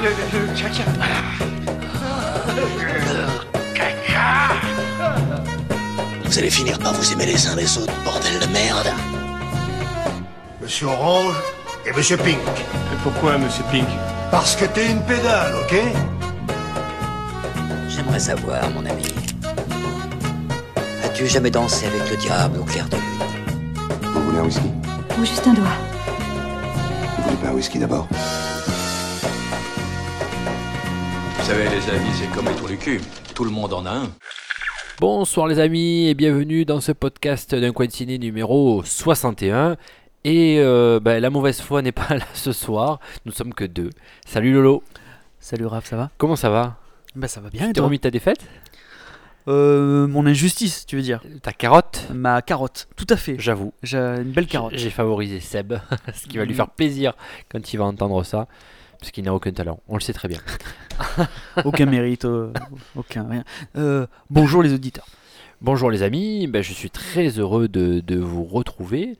le caca. Caca. Vous allez finir par vous aimer les uns les autres, bordel de merde. Monsieur Orange et Monsieur Pink. Et pourquoi, monsieur Pink? Parce que t'es une pédale, ok? J'aimerais savoir, mon ami. As-tu jamais dansé avec le diable au clair de lune? Vous voulez un whisky? Ou juste un doigt. Vous voulez pas un whisky d'abord? Vous savez, les amis, c'est comme les trous du cul. Tout le monde en a un. Bonsoir les amis et bienvenue dans ce podcast d'un coin de ciné numéro 61. Et la mauvaise foi n'est pas là ce soir, nous sommes que deux. Salut Lolo. Salut Raph, ça va? Comment ça va? Bah ça va bien et Tu t'es toi? remis de ta défaite? Mon injustice, tu veux dire? Ta carotte? Ma carotte, tout à fait. J'avoue. J'ai une belle carotte. J'ai favorisé Seb, ce qui va lui faire plaisir quand il va entendre ça, parce qu'il n'a aucun talent, on le sait très bien. Aucun mérite, aucun rien. Bonjour les auditeurs. Bonjour les amis, je suis très heureux de vous retrouver.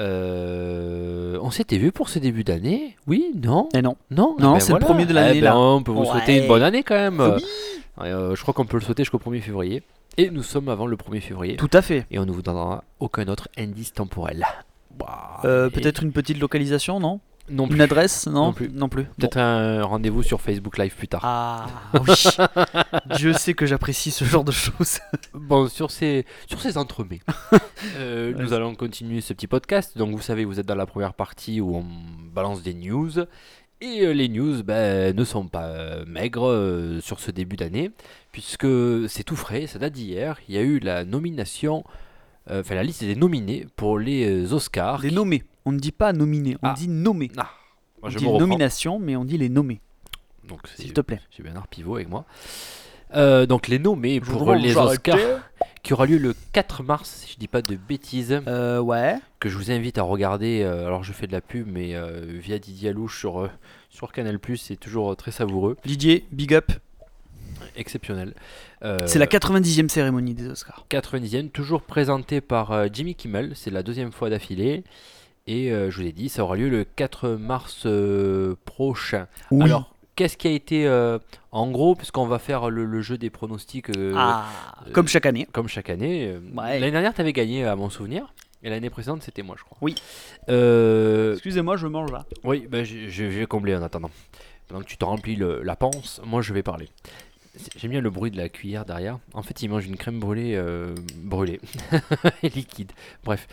On s'était vu pour ce début d'année? Oui? Non? Et non. Non, C'est le premier de l'année là. On peut vous souhaiter une bonne année quand même. Oui. Je crois qu'on peut le souhaiter jusqu'au 1er février. Et nous sommes avant le 1er février. Tout à fait. Et on ne vous donnera aucun autre indice temporel. Peut-être une petite localisation, non? Non plus. Une adresse, non? Non plus. Peut-être un rendez-vous sur Facebook Live plus tard. Ah oui. Je sais que j'apprécie ce genre de choses. Bon, sur ces entremets, nous allons continuer ce petit podcast. Donc vous savez, vous êtes dans la première partie où on balance des news. Et les news ne sont pas maigres sur ce début d'année, puisque c'est tout frais, ça date d'hier. Il y a eu la nomination, la liste des nominés pour les Oscars. Les nommés. On ne dit pas nominés, on dit nommés. On dit nomination, mais on dit les nommés. Donc, s'il te plaît. J'ai Bernard Pivot avec moi. Donc les nommés pour les Oscars, qui aura lieu le 4 mars, si je dis pas de bêtises. Ouais. Que je vous invite à regarder. Alors je fais de la pub, mais via Didier Alouche sur Canal+, c'est toujours très savoureux. Didier, big up. Exceptionnel. C'est la 90e cérémonie des Oscars. 90e, toujours présentée par Jimmy Kimmel, c'est la deuxième fois d'affilée. Et je vous ai dit, ça aura lieu le 4 mars prochain. Oui. Alors, qu'est-ce qui a été, en gros, puisqu'on va faire le jeu des pronostics. Comme chaque année. Comme chaque année. Ouais. L'année dernière, tu avais gagné, à mon souvenir. Et l'année précédente, c'était moi, je crois. Oui. Excusez-moi, je mange là. Oui, je vais combler en attendant. Pendant que tu te remplis la panse, moi, je vais parler. J'aime bien le bruit de la cuillère derrière. En fait, il mange une crème brûlée brûlée. Et liquide. Bref.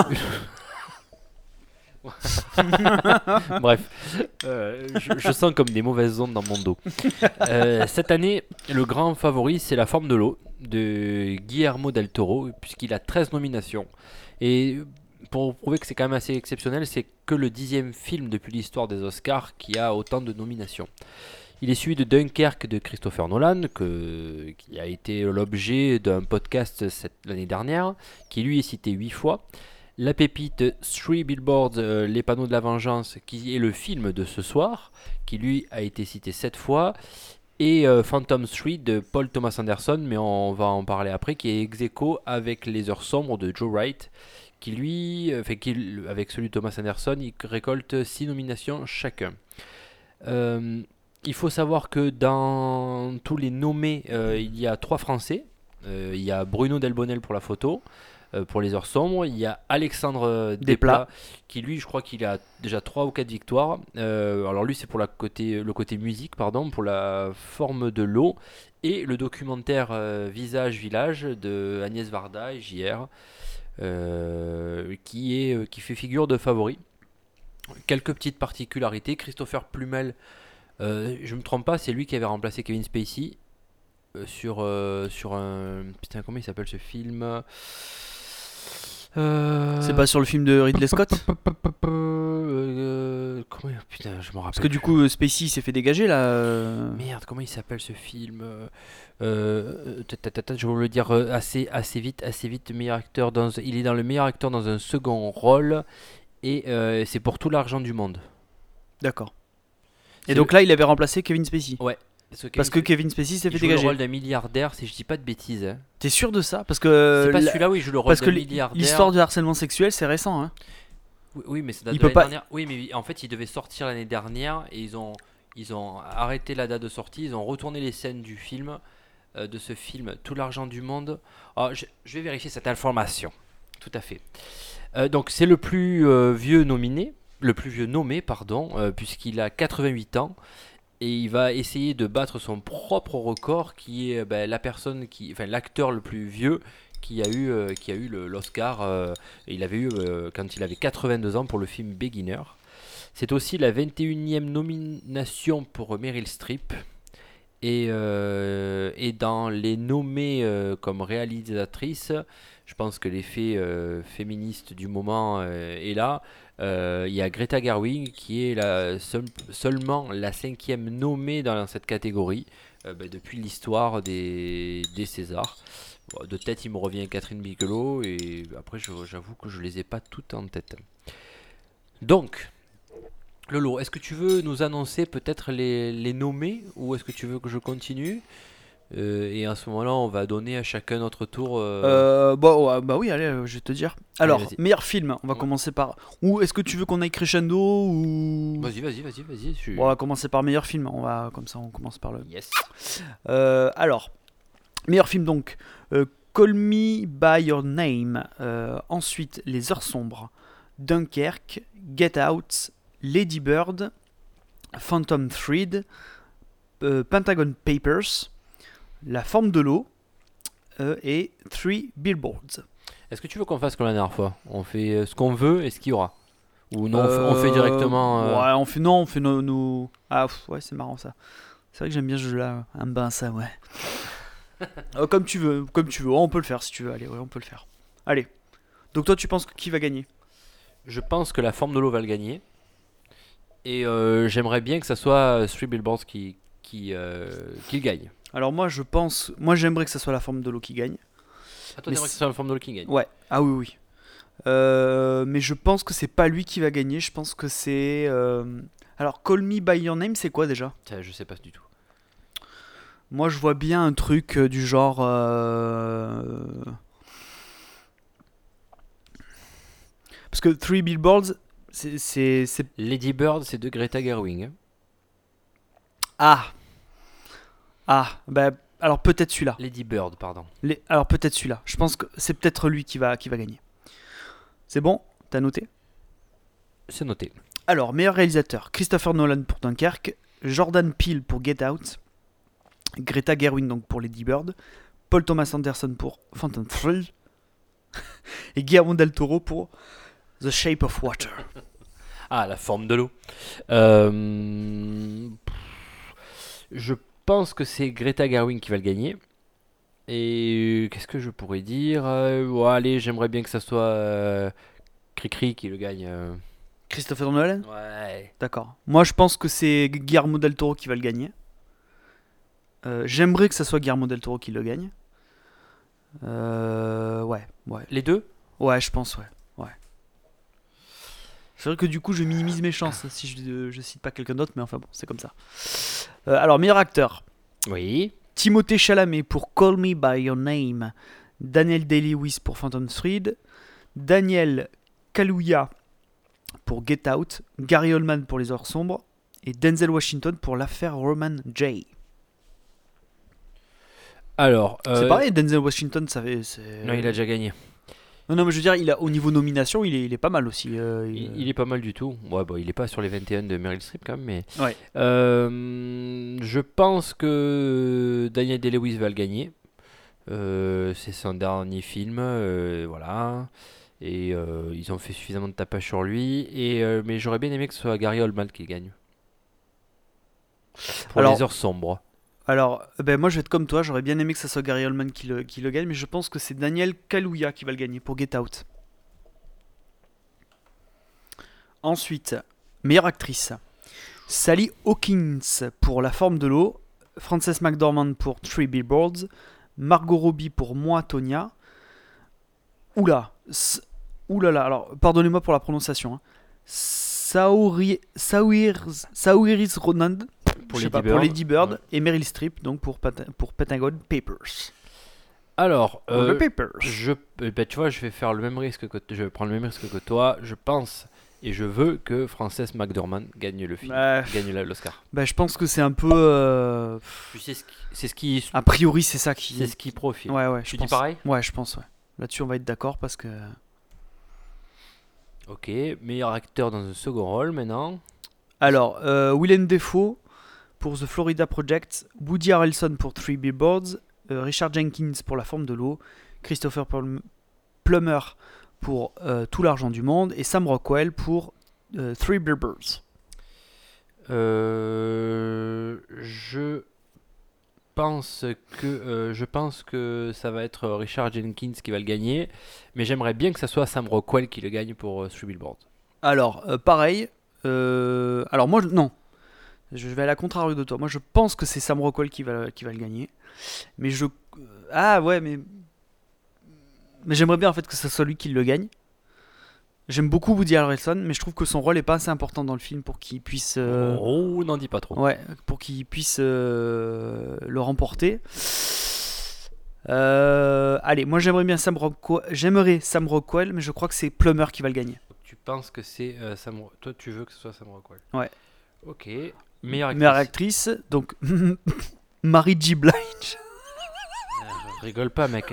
Bref, je sens comme des mauvaises ondes dans mon dos. Cette année, le grand favori, c'est La Forme de l'eau de Guillermo del Toro, puisqu'il a 13 nominations. Et pour prouver que c'est quand même assez exceptionnel, c'est que le 10e film depuis l'histoire des Oscars qui a autant de nominations. Il est suivi de Dunkerque de Christopher Nolan, qui a été l'objet d'un podcast l'année dernière, qui lui est cité 8 fois. La pépite Three Billboards, Les Panneaux de la Vengeance, qui est le film de ce soir, qui lui a été cité 7 fois. Et Phantom Thread de Paul Thomas Anderson, mais on va en parler après, qui est ex-aequo avec Les Heures Sombres de Joe Wright, qui lui, avec celui de Thomas Anderson, il récolte 6 nominations chacun. Il faut savoir que dans tous les nommés, il y a 3 Français. Il y a Bruno Delbonnel pour la photo. Pour Les Heures Sombres, il y a Alexandre Desplat qui lui, je crois qu'il a déjà 3 ou 4 victoires. Alors lui, c'est pour le côté musique, pour La Forme de l'eau, et le documentaire Visage Village de Agnès Varda et JR, qui fait figure de favori. Quelques petites particularités. Christopher Plumel, je me trompe pas, c'est lui qui avait remplacé Kevin Spacey sur un... Putain, comment il s'appelle ce film? C'est pas sur le film de Ridley Scott? Putain, je me rappelle. Parce que du coup, Spacey s'est fait dégager là. Merde, comment il s'appelle ce film? Je vais vous le dire assez vite. Meilleur acteur il est dans le meilleur acteur dans un second rôle. Et c'est pour tout l'argent du monde. D'accord. Et donc là, il avait remplacé Kevin Spacey. Ouais. Parce que Kevin Spacey s'est fait dégager. Il joue le rôle d'un milliardaire, si je dis pas de bêtises. Hein. T'es sûr de ça? Parce que c'est pas celui-là où il joue le rôle d'un milliardaire. Parce que l'histoire du harcèlement sexuel, c'est récent. Hein. Oui, mais c'est l'année dernière. Oui, mais en fait, il devait sortir l'année dernière et Ils ont arrêté la date de sortie, ils ont retourné les scènes du film, de ce film Tout l'argent du monde. Alors, je vais vérifier cette information. Tout à fait. Donc c'est le plus vieux nommé, puisqu'il a 88 ans. Et il va essayer de battre son propre record, qui est l'acteur le plus vieux qui a eu l'Oscar. Il avait eu quand il avait 82 ans pour le film Beginner. C'est aussi la 21e nomination pour Meryl Streep. Et dans les nommés comme réalisatrice, je pense que l'effet féministe du moment est là. Il y a Greta Gerwig qui est seulement la 5e nommée dans cette catégorie depuis l'histoire des Césars. Bon, de tête, il me revient Catherine Bigelow, et après, j'avoue que je les ai pas toutes en tête. Donc, Lolo, est-ce que tu veux nous annoncer peut-être les nommés, ou est-ce que tu veux que je continue ? Et à ce moment-là, on va donner à chacun notre tour. Bah oui, allez, je vais te dire. Alors, Allez, meilleur film, on va commencer par. Ou est-ce que tu veux qu'on aille crescendo ou. Vas-y. Bon, on va commencer par meilleur film. Comme ça, on commence par le. Yes. Alors, meilleur film donc. Call Me By Your Name. Ensuite, Les Heures Sombres. Dunkerque. Get Out. Lady Bird. Phantom Thread. Pentagon Papers. La forme de l'eau et 3 Billboards. Est-ce que tu veux qu'on fasse comme la dernière fois ? On fait ce qu'on veut et ce qu'il y aura ? Ou non, on fait directement... Ouais, on fait nos... Ah, ouais, c'est marrant ça. C'est vrai que j'aime bien ce jeu-là. Un bain, ça, ouais. Comme tu veux. Oh, on peut le faire si tu veux. Allez, ouais, on peut le faire. Allez. Donc toi, tu penses qui va gagner ? Je pense que la forme de l'eau va le gagner. Et j'aimerais bien que ça soit 3 Billboards qui gagne. Alors moi j'aimerais que ça soit la forme de l'eau qui gagne. Ah, toi t'aimerais que ce soit la forme de l'eau qui gagne ? Ouais, ah oui. Mais je pense que c'est pas lui qui va gagner, je pense que c'est... Alors Call Me By Your Name, c'est quoi déjà ? Je sais pas du tout. Moi je vois bien un truc du genre... Parce que 3 Billboards, c'est... Lady Bird, c'est de Greta Gerwig. Ah, bah alors peut-être celui-là. Lady Bird, pardon. Alors peut-être celui-là. Je pense que c'est peut-être lui qui va gagner. C'est bon ? T'as noté ? C'est noté. Alors, meilleur réalisateur, Christopher Nolan pour Dunkerque, Jordan Peele pour Get Out, Greta Gerwig donc pour Lady Bird, Paul Thomas Anderson pour Phantom Thread et Guillermo del Toro pour The Shape of Water. Ah, la forme de l'eau. Je pense que c'est Greta Gerwig qui va le gagner. Et qu'est-ce que je pourrais dire ? Allez, j'aimerais bien que ça soit Cricri qui le gagne. Christopher Nolan ? Ouais. D'accord. Moi, je pense que c'est Guillermo del Toro qui va le gagner. J'aimerais que ça soit Guillermo del Toro qui le gagne. Ouais. Les deux ? Ouais, je pense, ouais. C'est vrai que du coup, je minimise mes chances si je cite pas quelqu'un d'autre, mais enfin bon, c'est comme ça. Alors, meilleur acteur. Oui. Timothée Chalamet pour Call Me By Your Name, Daniel Day-Lewis pour Phantom Thread, Daniel Kaluuya pour Get Out, Gary Oldman pour Les Heures Sombres et Denzel Washington pour L'Affaire Roman J. Alors, c'est pareil, Denzel Washington, ça fait... Non, il a déjà gagné. Non, mais je veux dire, au niveau nomination, il est pas mal aussi. Il est pas mal du tout. Ouais, il est pas sur les 21 de Meryl Streep quand même, mais... Ouais. Je pense que Daniel Day-Lewis va le gagner. C'est son dernier film, voilà. Et ils ont fait suffisamment de tapage sur lui. Mais j'aurais bien aimé que ce soit Gary Oldman qui gagne. Pour Les Heures Sombres. Alors, moi je vais être comme toi, j'aurais bien aimé que ce soit Gary Oldman qui le gagne, mais je pense que c'est Daniel Kaluuya qui va le gagner pour Get Out. Ensuite, meilleure actrice. Sally Hawkins pour La Forme de l'eau, Frances McDormand pour 3 Billboards, Margot Robbie pour Moi, Tonya. Oulala, alors pardonnez-moi pour la prononciation. Hein. Saoirse Ronan pour Lady Bird et Meryl Streep donc pour Pentagon Papers. Alors, The Papers. tu vois, je vais faire le même risque je vais prendre le même risque que toi. Je pense et je veux que Frances McDormand gagne le film, gagne l'Oscar. Bah, je pense que c'est un peu. Tu sais c'est ce qui A priori, c'est ça qui. c'est ce qui profite. Ouais, Tu je dis pense. pareil? Ouais, je pense, ouais. Là-dessus, on va être d'accord parce que. Ok, meilleur acteur dans un second rôle maintenant. Alors, Willem Dafoe pour The Florida Project, Woody Harrelson pour Three Billboards, Richard Jenkins pour La Forme de l'eau, Christopher Plummer pour Tout l'argent du monde et Sam Rockwell pour Three Billboards. Je pense que ça va être Richard Jenkins qui va le gagner, mais j'aimerais bien que ça soit Sam Rockwell qui le gagne pour Three Billboards. Alors, pareil. Alors, moi, non. Je vais à la contrario de toi. Moi, je pense que c'est Sam Rockwell qui va le gagner. Mais je. Ah, ouais, mais. Mais j'aimerais bien en fait que ce soit lui qui le gagne. J'aime beaucoup Woody Harrelson, mais je trouve que son rôle est pas assez important dans le film pour qu'il puisse. Oh, n'en dis pas trop. Ouais, pour qu'il puisse le remporter. Allez, moi j'aimerais Sam Rockwell, mais je crois que c'est Plummer qui va le gagner. Tu penses que c'est toi tu veux que ce soit Sam Rockwell? Ouais. Ok. Meilleure actrice, donc Mary J. Blige. Rigole pas, mec.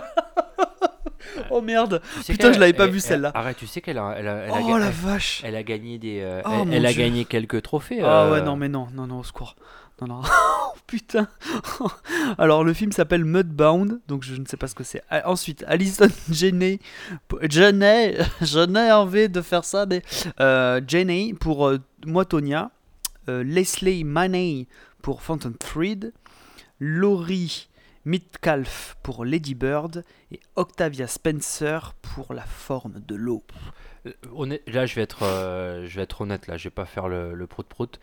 Oh merde. Tu sais Putain, je l'avais pas elle- vue celle-là. Arrête, tu sais qu'elle a, Oh la vache. elle a gagné des, Oh, elle mon a Dieu. gagné quelques trophées. Ah ouais, non, mais non, au secours. Non. Oh, putain. Alors, le film s'appelle Mudbound, donc je ne sais pas ce que c'est. Ensuite, Alison Janney. Je n'ai envie de faire ça, mais. Janney pour Moi, Tonya. Leslie Maney pour Phantom Thread. Laurie Metcalf pour Lady Bird. Et Octavia Spencer pour La Forme de l'eau. Là, je vais être honnête. Là, je vais pas faire le prout-prout.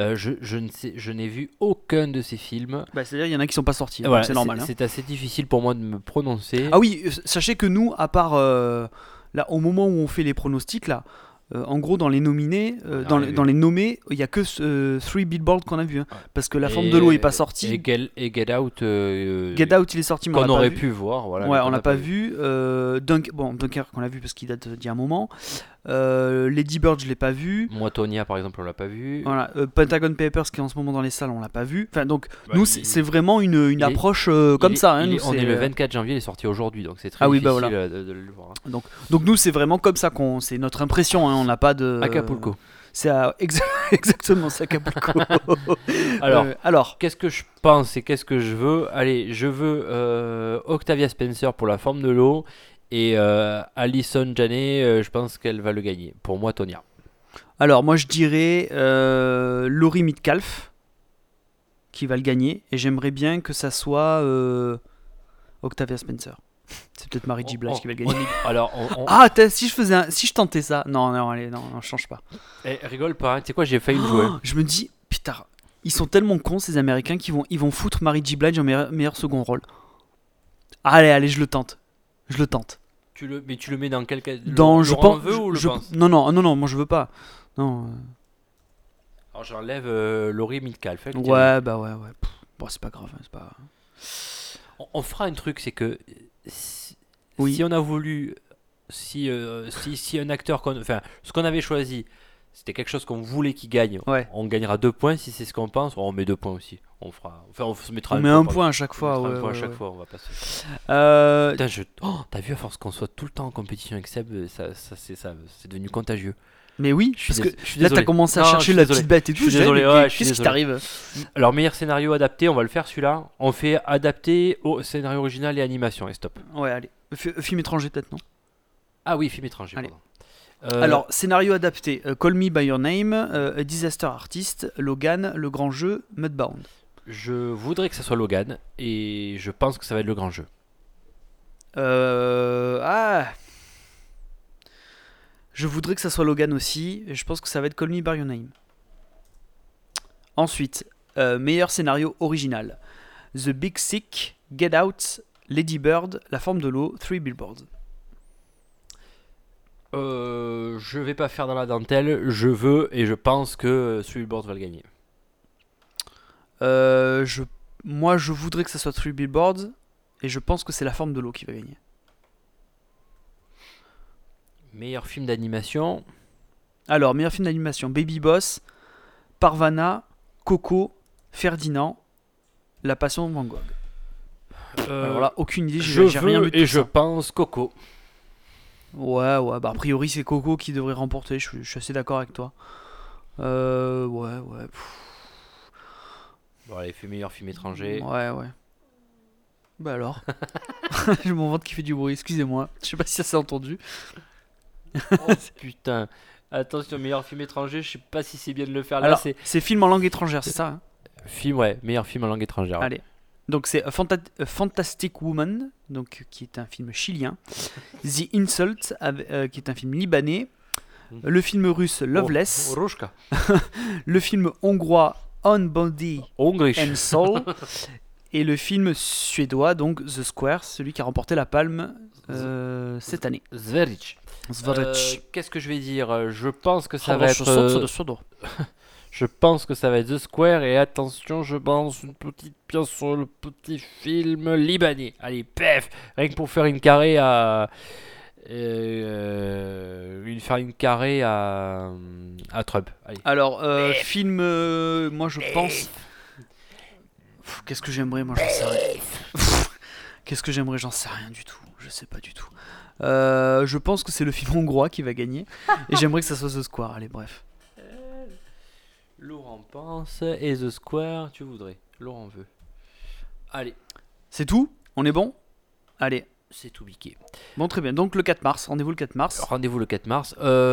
Je n'ai vu aucun de ces films. Bah, c'est-à-dire, il y en a qui sont pas sortis. Voilà, donc c'est normal. Hein. C'est assez difficile pour moi de me prononcer. Ah oui, sachez que nous, à part là, au moment où on fait les pronostics, là, en gros, dans les nominés, dans les nommés, il y a que Three Billboards qu'on a vu, hein, parce que La Forme de l'eau est pas sortie. Et Get Out. Get Out, il est sorti, mais on qu'on l'a pas aurait vu. pu voir. Voilà, Ouais, mais on qu'on l'a n'a pas vu. Dunkerque, on l'a vu parce qu'il date d'il y a un moment. Lady Bird, je l'ai pas vu. Moi, Tonya, par exemple, on l'a pas vu. Voilà, Pentagon Papers qui est en ce moment dans les salles, on l'a pas vu. Enfin, donc Bah, nous, il- c'est vraiment une approche comme ça. Hein, nous, on est c'est, le 24 janvier, il est sorti aujourd'hui, donc c'est très Ah oui, bah difficile voilà. de le voir. Hein. donc nous, c'est vraiment comme ça c'est notre impression. Hein, on n'a pas de. Acapulco. C'est exactement ça, Acapulco. Alors, qu'est-ce que je pense et qu'est-ce que je veux? Allez, je veux Octavia Spencer pour La Forme de l'eau et Alison Janney, je pense qu'elle va le gagner. Pour moi, Tonya. Alors, moi, je dirais Laurie Metcalf qui va le gagner. Et j'aimerais bien que ça soit Octavia Spencer. C'est peut-être Mary J. Blige qui va le gagner. Ah, si je tentais ça. Non, allez, non, je change pas. Rigole pas, hein. Tu sais quoi, j'ai failli le jouer. Je me dis, putain, ils sont tellement cons, ces Américains, ils vont foutre Mary J. Blige en meilleur second rôle. Allez, je le tente. Mais tu le mets dans quel cas? Je Laurent pense. veut ou le pense? Non, moi je veux pas. Non. Alors j'enlève Laurie Metcalf. Hein, Ouais. Pff, bon, c'est pas grave. C'est pas. On fera un truc, c'est que Oui. si on a voulu, si un acteur, enfin, ce qu'on avait choisi, c'était quelque chose qu'on voulait qu'il gagne, Ouais. on gagnera 2 points. Si c'est ce qu'on pense, on met 2 points aussi. On se mettra On met un point à chaque fois. On mettra Ouais, un point à ouais, chaque ouais. fois, on va passer. Euh, T'as vu, à force qu'on soit tout le temps en compétition avec Seb, c'est devenu contagieux. Mais oui, Je suis parce que je suis là désolé. t'as commencé à Non, chercher je suis la désolé. petite bête et tout. Je suis désolé, mais ouais, je suis qu'est-ce qui désolé. t'arrive? Alors, meilleur scénario adapté, on va le faire celui-là. On fait adapté au scénario original et animation, et stop. Ouais, allez. Film étranger peut-être, non? Ah oui, film étranger, Allez. pardon. Alors, scénario adapté, Call Me By Your Name, A Disaster Artist, Logan, Le Grand Jeu, Mudbound. Je voudrais que ça soit Logan, et je pense que ça va être le grand jeu. Je voudrais que ça soit Logan aussi, et je pense que ça va être Call Me By Your Name. Ensuite, meilleur scénario original, The Big Sick, Get Out, Lady Bird, La Forme de l'eau, Three Billboards. Je vais pas faire dans la dentelle, je veux et je pense que Three Billboards va le gagner. Moi, je voudrais que ça soit Three Billboards. et je pense que c'est La Forme de l'eau qui va gagner. Meilleur film d'animation. Alors, meilleur film d'animation, Baby Boss, Parvana, Coco, Ferdinand, La Passion de Van Gogh. Alors là, aucune idée, je j'ai rien vu veux de et tout je ça. pense Coco. Ouais, bah a priori c'est Coco qui devrait remporter, je suis assez d'accord avec toi. Ouais. Bon, allez, fait meilleur film étranger. Ouais. Bah alors. J'ai mon ventre qui fait du bruit, excusez-moi. Je sais pas si ça s'est entendu. Oh putain. Attention, meilleur film étranger, je sais pas si c'est bien de le faire là. Alors, C'est c'est film en langue étrangère, c'est ça hein film, ouais, meilleur film en langue étrangère. Allez. Donc c'est A Fantastic Woman, donc, qui est un film chilien. The Insult, qui est un film libanais. Le film russe Loveless. Roshka. Le film hongrois On Body Hongrish. and Soul. Et le film suédois, donc The Square, celui qui a remporté la Palme cette année. Zveric. Qu'est-ce que je vais dire? Je pense que ça va être. Je pense que ça va être The Square et attention, je pense une petite pièce sur le petit film libanais. Allez, pef, rien que pour faire une carré à Trump. Allez. Alors, film, moi je pense. Qu'est-ce que j'aimerais, moi j'en sais rien. Qu'est-ce que j'aimerais, j'en sais rien du tout. Je sais pas du tout. Je pense que c'est le film hongrois qui va gagner. Et j'aimerais que ça soit The Square. Allez, bref. Laurent pense et The Square, tu voudrais. Laurent veut. Allez, C'est tout? On est bon? Allez. c'est tout biqué. Bon, très bien. Donc le 4 mars. Rendez-vous le 4 mars. Rendez-vous le 4 mars.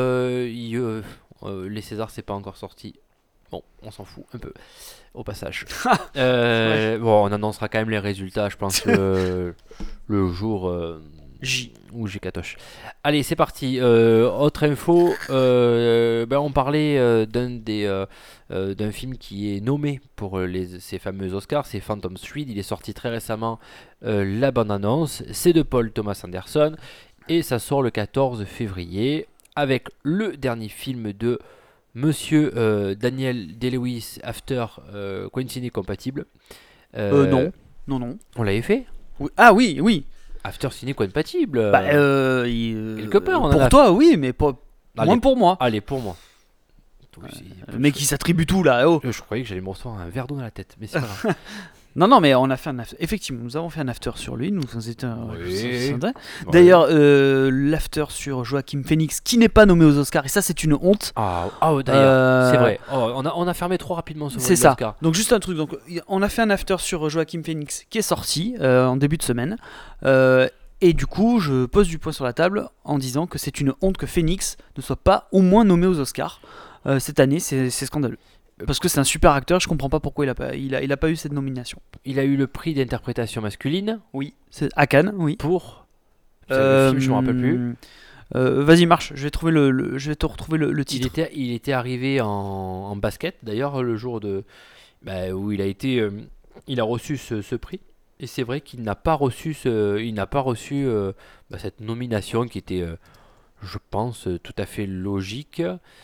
Les Césars, c'est pas encore sorti. Bon, on s'en fout un peu au passage. Bon, on annoncera quand même les résultats, je pense, le jour où j'ai catoche. Allez, c'est parti. Autre info, on parlait d'un film qui est nommé pour ces fameux Oscars, c'est Phantom Thread. Il est sorti très récemment, la bande-annonce. C'est de Paul Thomas Anderson et ça sort le 14 février avec le dernier film de Monsieur Daniel Day-Lewis, After Quentin Incompatible. Non. On l'avait fait Oui. Ah oui. After Ciné Compatible. Quelque part, on en pour a- toi, oui, mais pas Allez. moins pour moi. Allez, pour moi. Le mec, il s'attribue tout là. Oh. Je croyais que j'allais me recevoir un verre d'eau dans la tête, mais c'est pas grave. Non, mais on a fait un after. Effectivement, nous avons fait un after sur lui. Oui. D'ailleurs, l'after sur Joaquin Phoenix, qui n'est pas nommé aux Oscars, et ça, c'est une honte. D'ailleurs, c'est vrai. On a fermé trop rapidement ce C'est ça. Oscar. Donc, juste un truc. Donc, on a fait un after sur Joaquin Phoenix qui est sorti en début de semaine. Et du coup, je pose du poing sur la table en disant que c'est une honte que Phoenix ne soit pas au moins nommé aux Oscars cette année. C'est scandaleux. Parce que c'est un super acteur, je comprends pas pourquoi il a pas eu cette nomination. Il a eu le prix d'interprétation masculine. Oui, c'est à Cannes, oui. Pour. Le film, je me rappelle plus. Vas-y, marche, je vais te retrouver le titre. Il était arrivé en basket, d'ailleurs, le jour où il a reçu ce prix. Et c'est vrai qu'il n'a pas reçu cette nomination qui était, je pense, tout à fait logique.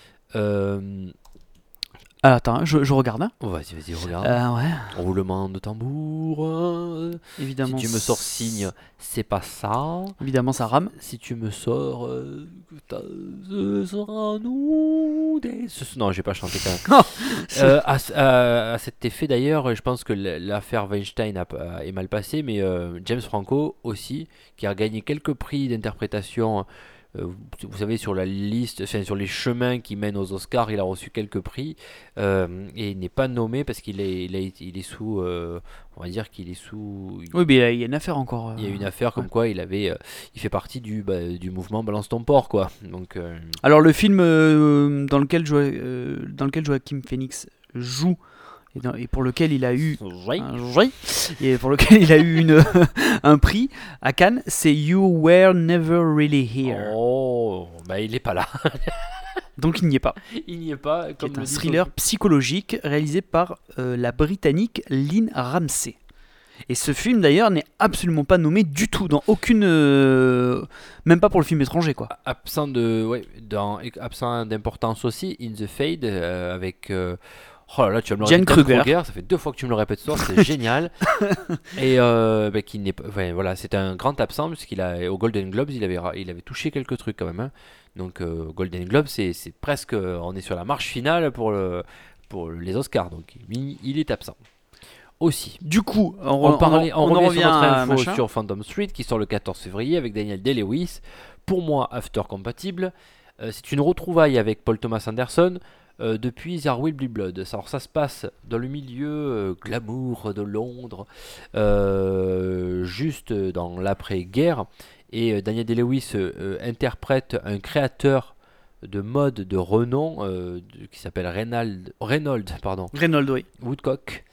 Ah, attends, je regarde. Hein. Oh, vas-y, regarde. Ouais, Roulement de tambour. évidemment. Si tu me sors signe, c'est pas ça. Évidemment, ça rame. Si tu me sors, ce sera nous. Non, j'ai pas chanté quand même. À cet effet d'ailleurs, je pense que l'affaire Weinstein est mal passée, mais James Franco aussi, qui a gagné quelques prix d'interprétation. Vous savez, sur la liste, sur les chemins qui mènent aux Oscars, il a reçu quelques prix et il n'est pas nommé parce qu'il est sous, on va dire qu'il est sous. Oui, mais il y a une affaire encore. Il y a une affaire comme quoi il fait partie du mouvement Balance ton porc, quoi. Donc. Alors le film dans lequel Joaquin Phoenix joue et pour lequel il a eu et pour lequel il a eu un prix à Cannes, c'est You Were Never Really Here. Oh, il est pas là. Donc il n'y est pas. Il n'y est pas. Qui est un thriller psychologique réalisé par la Britannique Lynn Ramsey. Et ce film d'ailleurs n'est absolument pas nommé du tout dans aucune, même pas pour le film étranger quoi. Absent d'importance aussi. In the Fade avec. Oh là là, tu vas me le Diane répéter, Kruger. ça fait 2 fois que tu me le répètes ce soir, c'est génial. Et qui n'est pas, enfin, voilà, c'est un grand absent puisqu'il a au Golden Globes, il avait touché quelques trucs quand même. Hein. Donc Golden Globes, c'est presque, on est sur la marche finale pour les Oscars, donc il est absent. Aussi. Du coup, on On revient revient sur notre à info machin. sur Phantom Street qui sort le 14 février avec Daniel Day-Lewis. Pour moi, After compatible. C'est une retrouvaille avec Paul Thomas Anderson depuis There Will Be Blood. Alors ça se passe dans le milieu glamour de Londres, juste dans l'après-guerre. Et Daniel Day-Lewis interprète un créateur de mode de renom qui s'appelle Reynold Reynolds, oui. Woodcock.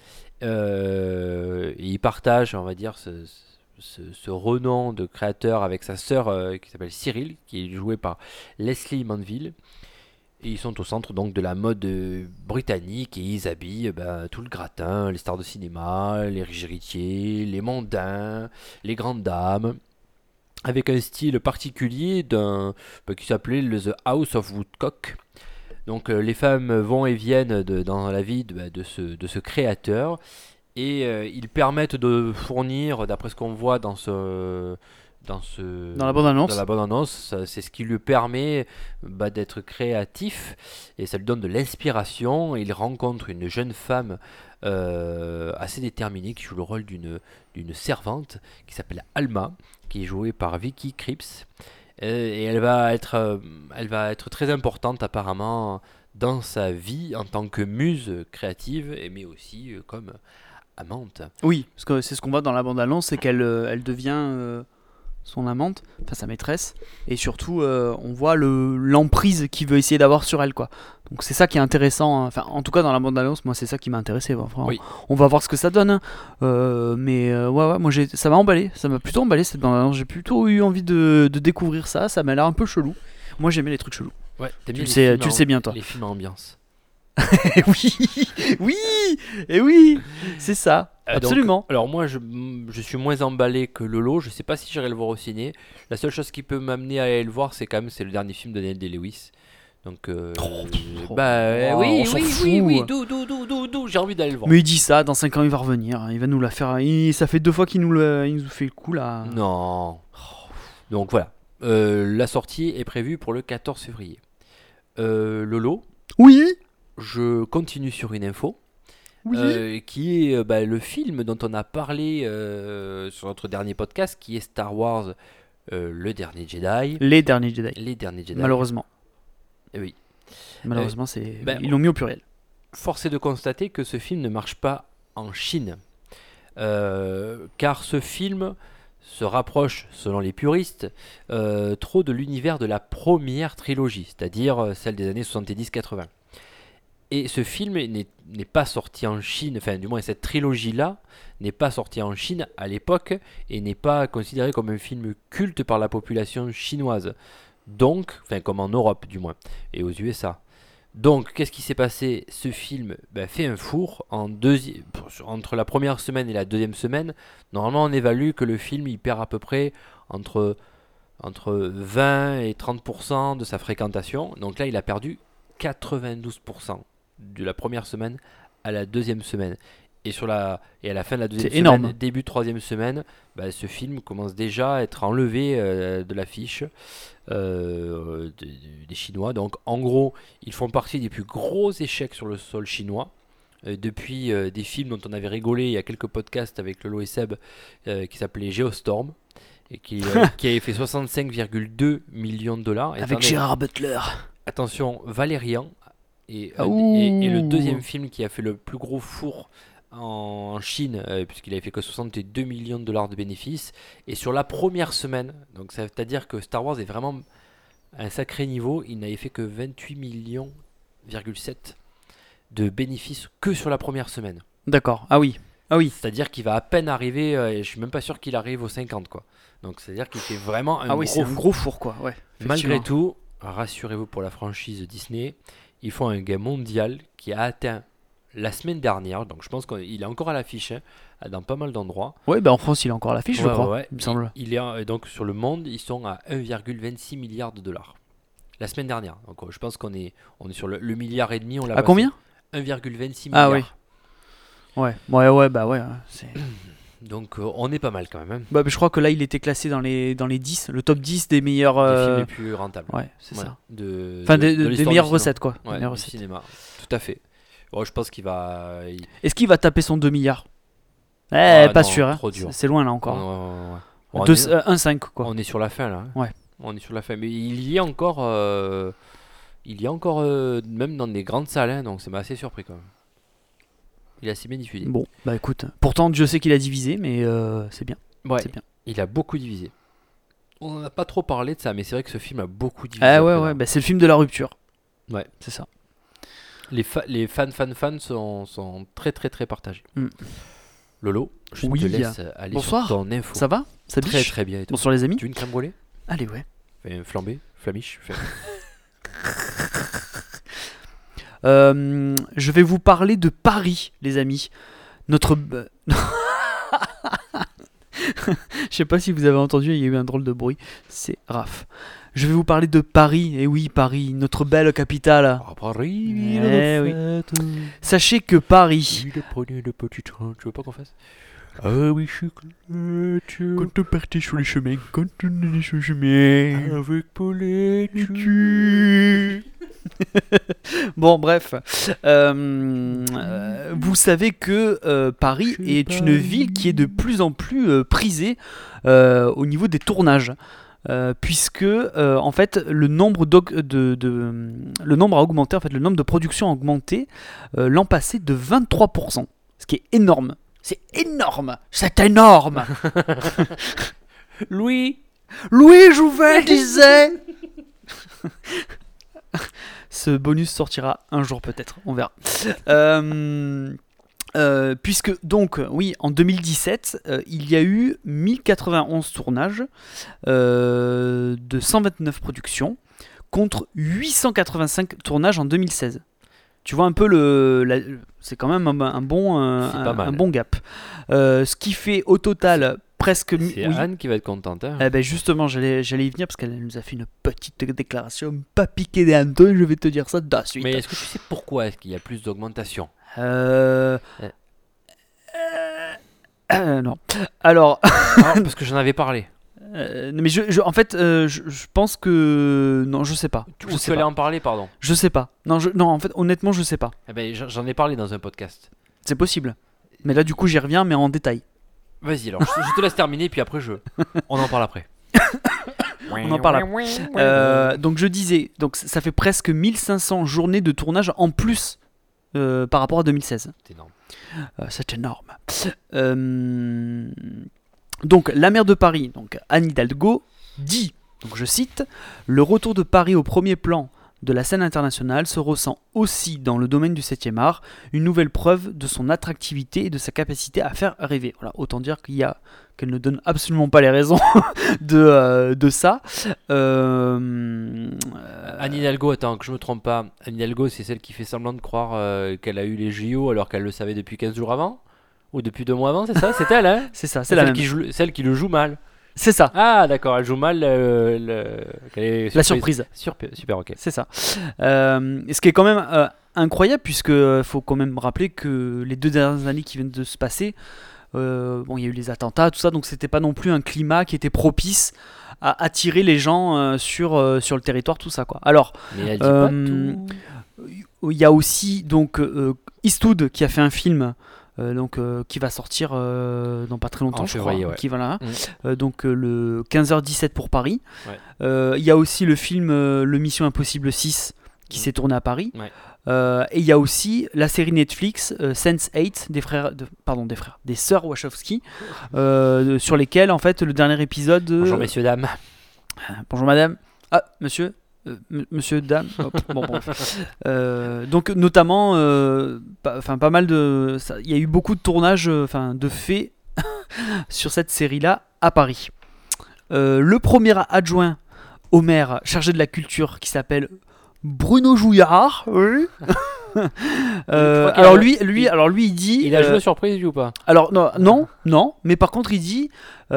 Il partage, on va dire, ce renom de créateur avec sa sœur qui s'appelle Cyril, qui est jouée par Leslie Manville. Et ils sont au centre donc de la mode britannique et ils habillent tout le gratin, les stars de cinéma, les riches héritiers, les mondains, les grandes dames, avec un style particulier qui s'appelait le The House of Woodcock. Donc les femmes vont et viennent dans la vie de ce créateur et ils permettent de fournir, d'après ce qu'on voit dans la bande-annonce. dans la bande-annonce, c'est ce qui lui permet d'être créatif et ça lui donne de l'inspiration. Il rencontre une jeune femme assez déterminée qui joue le rôle d'une servante qui s'appelle Alma, qui est jouée par Vicky Krieps. Et elle va être très importante apparemment dans sa vie en tant que muse créative, mais aussi comme amante. Oui, parce que c'est ce qu'on voit dans la bande-annonce, c'est qu'elle elle devient son amante, enfin sa maîtresse, et surtout on voit l'emprise qu'il veut essayer d'avoir sur elle, quoi. Donc c'est ça qui est intéressant, hein. Enfin en tout cas dans la bande-annonce, moi c'est ça qui m'a intéressé. Enfin, Oui. on va voir ce que ça donne, hein. Mais ouais, moi ça m'a emballé, ça m'a plutôt emballé cette bande-annonce. J'ai plutôt eu envie de découvrir ça, ça m'a l'air un peu chelou. Moi j'aimais les trucs chelous. Ouais, t'aimes Tu bien le les sais- films tu le sais bien, toi. Les films à ambiance. oui, et oui, c'est ça, Donc, absolument. alors moi je suis moins emballé que Lolo, je sais pas si j'irai le voir au ciné. La seule chose qui peut m'amener à aller le voir c'est le dernier film de Daniel Day-Lewis. Donc on s'en fout. oui, d'où, j'ai envie d'aller le voir. Mais il dit ça, dans 5 ans il va revenir, hein. Il va nous la faire. Ça fait 2 fois qu'il nous fait le coup là. Non. Donc voilà. La sortie est prévue pour le 14 février. Lolo, Oui, je continue sur une info. oui. Qui est le film dont on a parlé sur notre dernier podcast, qui est Star Wars Le Dernier Jedi. Les derniers Jedi. Les Derniers Jedi. Malheureusement. Eh oui. Malheureusement, c'est. ben, Ils l'ont mis au pluriel. Force est de constater que ce film ne marche pas en Chine. Car ce film se rapproche, selon les puristes, trop de l'univers de la première trilogie, c'est-à-dire celle des années 70-80. Et ce film n'est pas sorti en Chine, enfin du moins cette trilogie-là n'est pas sortie en Chine à l'époque et n'est pas considérée comme un film culte par la population chinoise. Donc, enfin comme en Europe du moins, et aux USA. Donc, qu'est-ce qui s'est passé? Ce film fait un four entre la première semaine et la deuxième semaine. Normalement, on évalue que le film il perd à peu près entre 20 et 30% de sa fréquentation. Donc là, il a perdu 92% de la première semaine à la deuxième semaine. Et à la fin de la deuxième C'est semaine, énorme. début de troisième semaine, ce film commence déjà à être enlevé de l'affiche des Chinois. Donc en gros, ils font partie des plus gros échecs sur le sol chinois. Depuis des films dont on avait rigolé il y a quelques podcasts avec Lolo et Seb qui s'appelait Geostorm et qui avait fait 65,2 millions de dollars. Et Avec Gérard Butler. attention, Valérian et le deuxième film qui a fait le plus gros four en Chine, puisqu'il avait fait que 62 millions de dollars de bénéfices. Et sur la première semaine, donc c'est-à-dire que Star Wars est vraiment à un sacré niveau, il n'avait fait que 28 millions, de bénéfices que sur la première semaine. D'accord. Ah oui. Ah oui. C'est-à-dire qu'il va à peine arriver, et je suis même pas sûr qu'il arrive aux 50 quoi. Donc c'est-à-dire qu'il fait vraiment un Ah oui, gros c'est un four. gros four, quoi. Ouais. Malgré effectivement. tout, rassurez-vous pour la franchise Disney, ils font un gain mondial qui a atteint la semaine dernière, donc je pense qu'il est encore à l'affiche dans pas mal d'endroits. Ouais, en France, il est encore à l'affiche, je Ouais, crois. ouais. Il me semble. Il est donc sur le monde, ils sont à 1,26 milliard de dollars. La semaine dernière. Donc je pense qu'on est sur le milliard et demi. On l'a À passé. combien 1,26 Ah milliard. oui. Ouais, bah ouais. Donc on est pas mal quand même. Hein. Bah, je crois que là, il était classé dans les 10, le top 10 des meilleurs. Des films les plus rentables. Ouais, c'est ça. Enfin, Des l'histoire meilleures du recettes, quoi. cinéma. Ouais, Meilleures du recettes. cinéma. Tout à fait. Bon, je pense qu'il va. Est-ce qu'il va taper son 2 milliards Ah, pas non, sûr. Hein. trop dur. C'est loin là encore. Ouais. On est- 1,5 quoi. On est sur la fin là. Hein. Ouais. On est sur la fin. Mais il y a encore. Même dans des grandes salles. Hein, donc ça m'a assez surpris quand même. Il est assez bien diffusé. Bon, bah écoute. Pourtant, Dieu sait qu'il a divisé, mais c'est bien. Ouais. C'est bien. Il a beaucoup divisé. On n'en a pas trop parlé de ça, mais c'est vrai que ce film a beaucoup divisé. Ah après, ouais, là. bah, c'est le film de la rupture. Ouais. C'est ça. Les fans sont très très très partagés. Mm. Lolo, je Oui. te laisse aller Bonsoir. sur ton info. Ça va? Ça Très biche? très bien. Et toi Bonsoir les amis. Tu veux une crème brûlée? Allez, ouais. Enfin, flambée? Flamiche? Enfin, Je vais vous parler de Paris, les amis. Notre. Je sais pas si vous avez entendu, il y a eu un drôle de bruit. C'est Raph. Je vais vous parler de Paris. Et oui, Paris, notre belle capitale. à Paris, Eh oui. fête. Sachez que Paris. Il prenait le petit train. Tu veux pas qu'on fasse? Ah oui, chocolat. Quand on partait sur les chemins, quand on allait sur le chemin. Avec Paulette. Bon, bref. Vous savez que Paris est une ville qui est de plus en plus prisée au niveau des tournages. Puisque en fait le nombre a augmenté, en fait le nombre de productions a augmenté l'an passé de 23%, ce qui est énorme. C'est énorme. Louis Jouvet disait. Ce bonus sortira un jour peut-être, on verra. Puisque donc, oui, en 2017, il y a eu 1091 tournages de 129 productions contre 885 tournages en 2016. Tu vois un peu c'est quand même un bon gap. Ce qui fait au total presque... C'est Anne qui va être contente. Hein. Eh ben justement, j'allais y venir parce qu'elle nous a fait une petite déclaration, pas piquée des hannetons, je vais te dire ça de suite. Mais est-ce que tu sais pourquoi est-ce qu'il y a plus d'augmentation? Non. Alors... Parce que j'en avais parlé. mais en fait, je pense que... Non, je sais pas. Tu allais en parler, pardon. Je sais pas. Non, en fait, honnêtement, je sais pas. Eh ben, j'en ai parlé dans un podcast. C'est possible. Mais là, du coup, j'y reviens, mais en détail. Vas-y, alors, je te laisse terminer, puis après, on en parle après. On en parle après. Donc, je disais, donc, ça fait presque 1500 journées de tournage en plus par rapport à 2016. C'est énorme. C'est énorme. Donc, la maire de Paris, donc Anne Hidalgo, dit, donc je cite, « Le retour de Paris au premier plan de la scène internationale se ressent aussi dans le domaine du 7e art, une nouvelle preuve de son attractivité et de sa capacité à faire rêver. » Voilà, autant dire qu'elle ne donne absolument pas les raisons de ça. Anne Hidalgo, attends, que je me trompe pas. Anne Hidalgo, c'est celle qui fait semblant de croire qu'elle a eu les JO alors qu'elle le savait depuis 15 jours avant? Ou depuis 2 mois avant, c'est ça? C'est elle, hein? C'est ça, c'est la même. Celle qui le joue mal. C'est ça. Ah, d'accord, elle joue mal La surprise. Super, ok. C'est ça. Ce qui est quand même incroyable, puisque faut quand même rappeler que les 2 dernières années qui viennent de se passer, il y a eu les attentats, tout ça, donc c'était pas non plus un climat qui était propice à attirer les gens sur le territoire, tout ça, quoi. Alors, mais elle dit pas tout. Il y a aussi donc Eastwood qui a fait un film. Qui va sortir dans pas très longtemps, je crois. Ouais. Qui va là, donc le 15h17 pour Paris. Ouais. Il y a aussi le film Le Mission Impossible 6 qui s'est tourné à Paris. Ouais. Et il y a aussi la série Netflix Sense8 des sœurs Wachowski, sur lesquelles en fait le dernier épisode. Bonjour messieurs dames. Bonjour madame. Ah monsieur. Monsieur, dame, bon, donc notamment, pas mal de, il y a eu beaucoup de tournages, de faits sur cette série-là à Paris. Le premier adjoint au maire chargé de la culture qui s'appelle Bruno Jouillard. Oui. Alors lui, il dit. Il a joué surprise ou pas? Alors non, mais par contre il dit,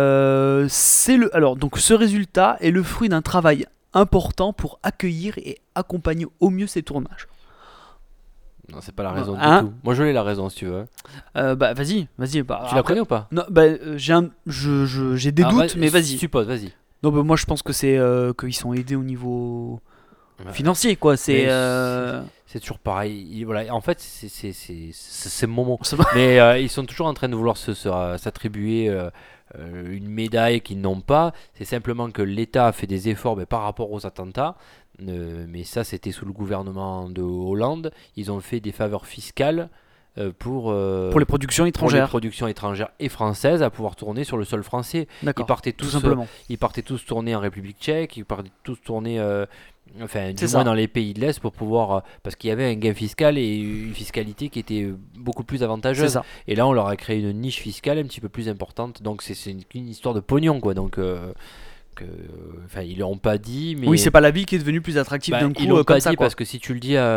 donc ce résultat est le fruit d'un travail important pour accueillir et accompagner au mieux ces tournages. Non, c'est pas la raison Hein du tout. Moi, je l'ai la raison si tu veux. Bah vas-y. Bah, Tu la après- connais ou pas? Non, bah j'ai des Ah, doutes, mais vas-y. Suppose, vas-y. Non, bah moi je pense que c'est qu'ils sont aidés au niveau Ouais. financier, quoi. C'est. Mais C'est toujours pareil. Voilà. En fait, c'est mon mot. C'est pas- Mais ils sont toujours en train de vouloir s'attribuer une médaille qu'ils n'ont pas. C'est simplement que l'État a fait des efforts par rapport aux attentats. Mais ça, c'était sous le gouvernement de Hollande. Ils ont fait des faveurs fiscales pour Pour les productions pour les étrangères. productions étrangères et françaises à pouvoir tourner sur le sol français. Ils D'accord. partaient Tout tous, simplement. ils partaient tous tourner en République tchèque, ils partaient tous tourner du C'est moins ça. dans les pays de l'Est pour pouvoir parce qu'il y avait un gain fiscal et une fiscalité qui était beaucoup plus C'est avantageuse. ça. Et là, on leur a créé une niche fiscale un petit peu plus importante. Donc c'est une histoire de pognon, quoi. Donc ils l'ont pas dit, mais Oui, c'est pas la vie qui est devenue plus attractive d'un coup ils l'ont comme pas ça, dit quoi. parce que si tu le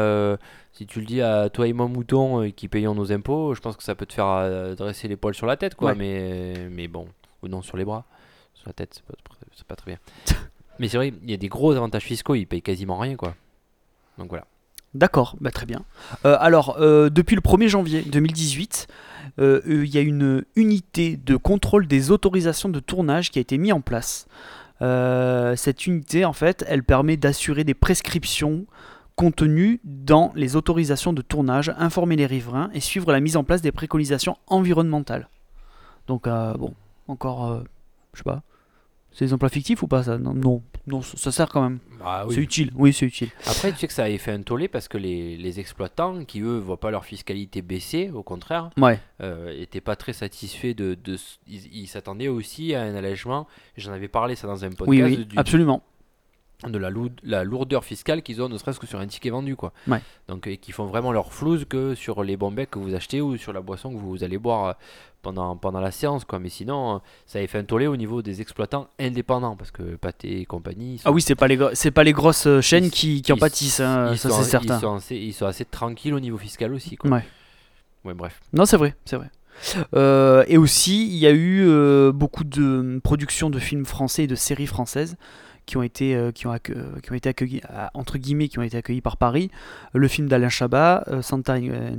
dis à toi et moi mouton qui payons nos impôts, je pense que ça peut te faire dresser les poils sur la tête, quoi. Ouais. Mais bon, ou non, sur les bras, sur la tête, c'est pas très bien. Mais c'est vrai, il y a des gros avantages fiscaux, ils payent quasiment rien, quoi. Donc voilà. D'accord, bah très bien. Alors, depuis le 1er janvier 2018, il y a une unité de contrôle des autorisations de tournage qui a été mise en place. Cette unité, en fait, elle permet d'assurer des prescriptions contenues dans les autorisations de tournage, informer les riverains et suivre la mise en place des préconisations environnementales. Donc, bon, encore, je sais pas, c'est des emplois fictifs ou pas ça? Non, ça sert quand même. Bah, C'est utile, oui, c'est utile. Après, tu sais que ça avait fait un tollé parce que les exploitants, qui eux voient pas leur fiscalité baisser, au contraire, Ouais, étaient pas très satisfaits ils s'attendaient aussi à un allègement. J'en avais parlé ça dans un podcast oui, absolument. de la lourdeur fiscale qu'ils ont, ne serait-ce que sur un ticket vendu, quoi. Ouais. Donc et qui font vraiment leur flouze que sur les bons becs que vous achetez ou sur la boisson que vous allez boire pendant la séance, quoi. Mais sinon, ça avait fait un tollé au niveau des exploitants indépendants parce que Pathé et compagnie. Ah oui, c'est pas les grosses chaînes Ils- qui en ils- pâtissent, hein, ils ça sont- c'est certain. Ils sont assez tranquilles au niveau fiscal aussi, quoi. Ouais. Ouais, bref. Non, c'est vrai, c'est vrai. Et aussi, il y a eu beaucoup de productions de films français et de séries françaises qui ont été accueillis entre guillemets, qui ont été accueillis par Paris. Le film d'Alain Chabat, Santa and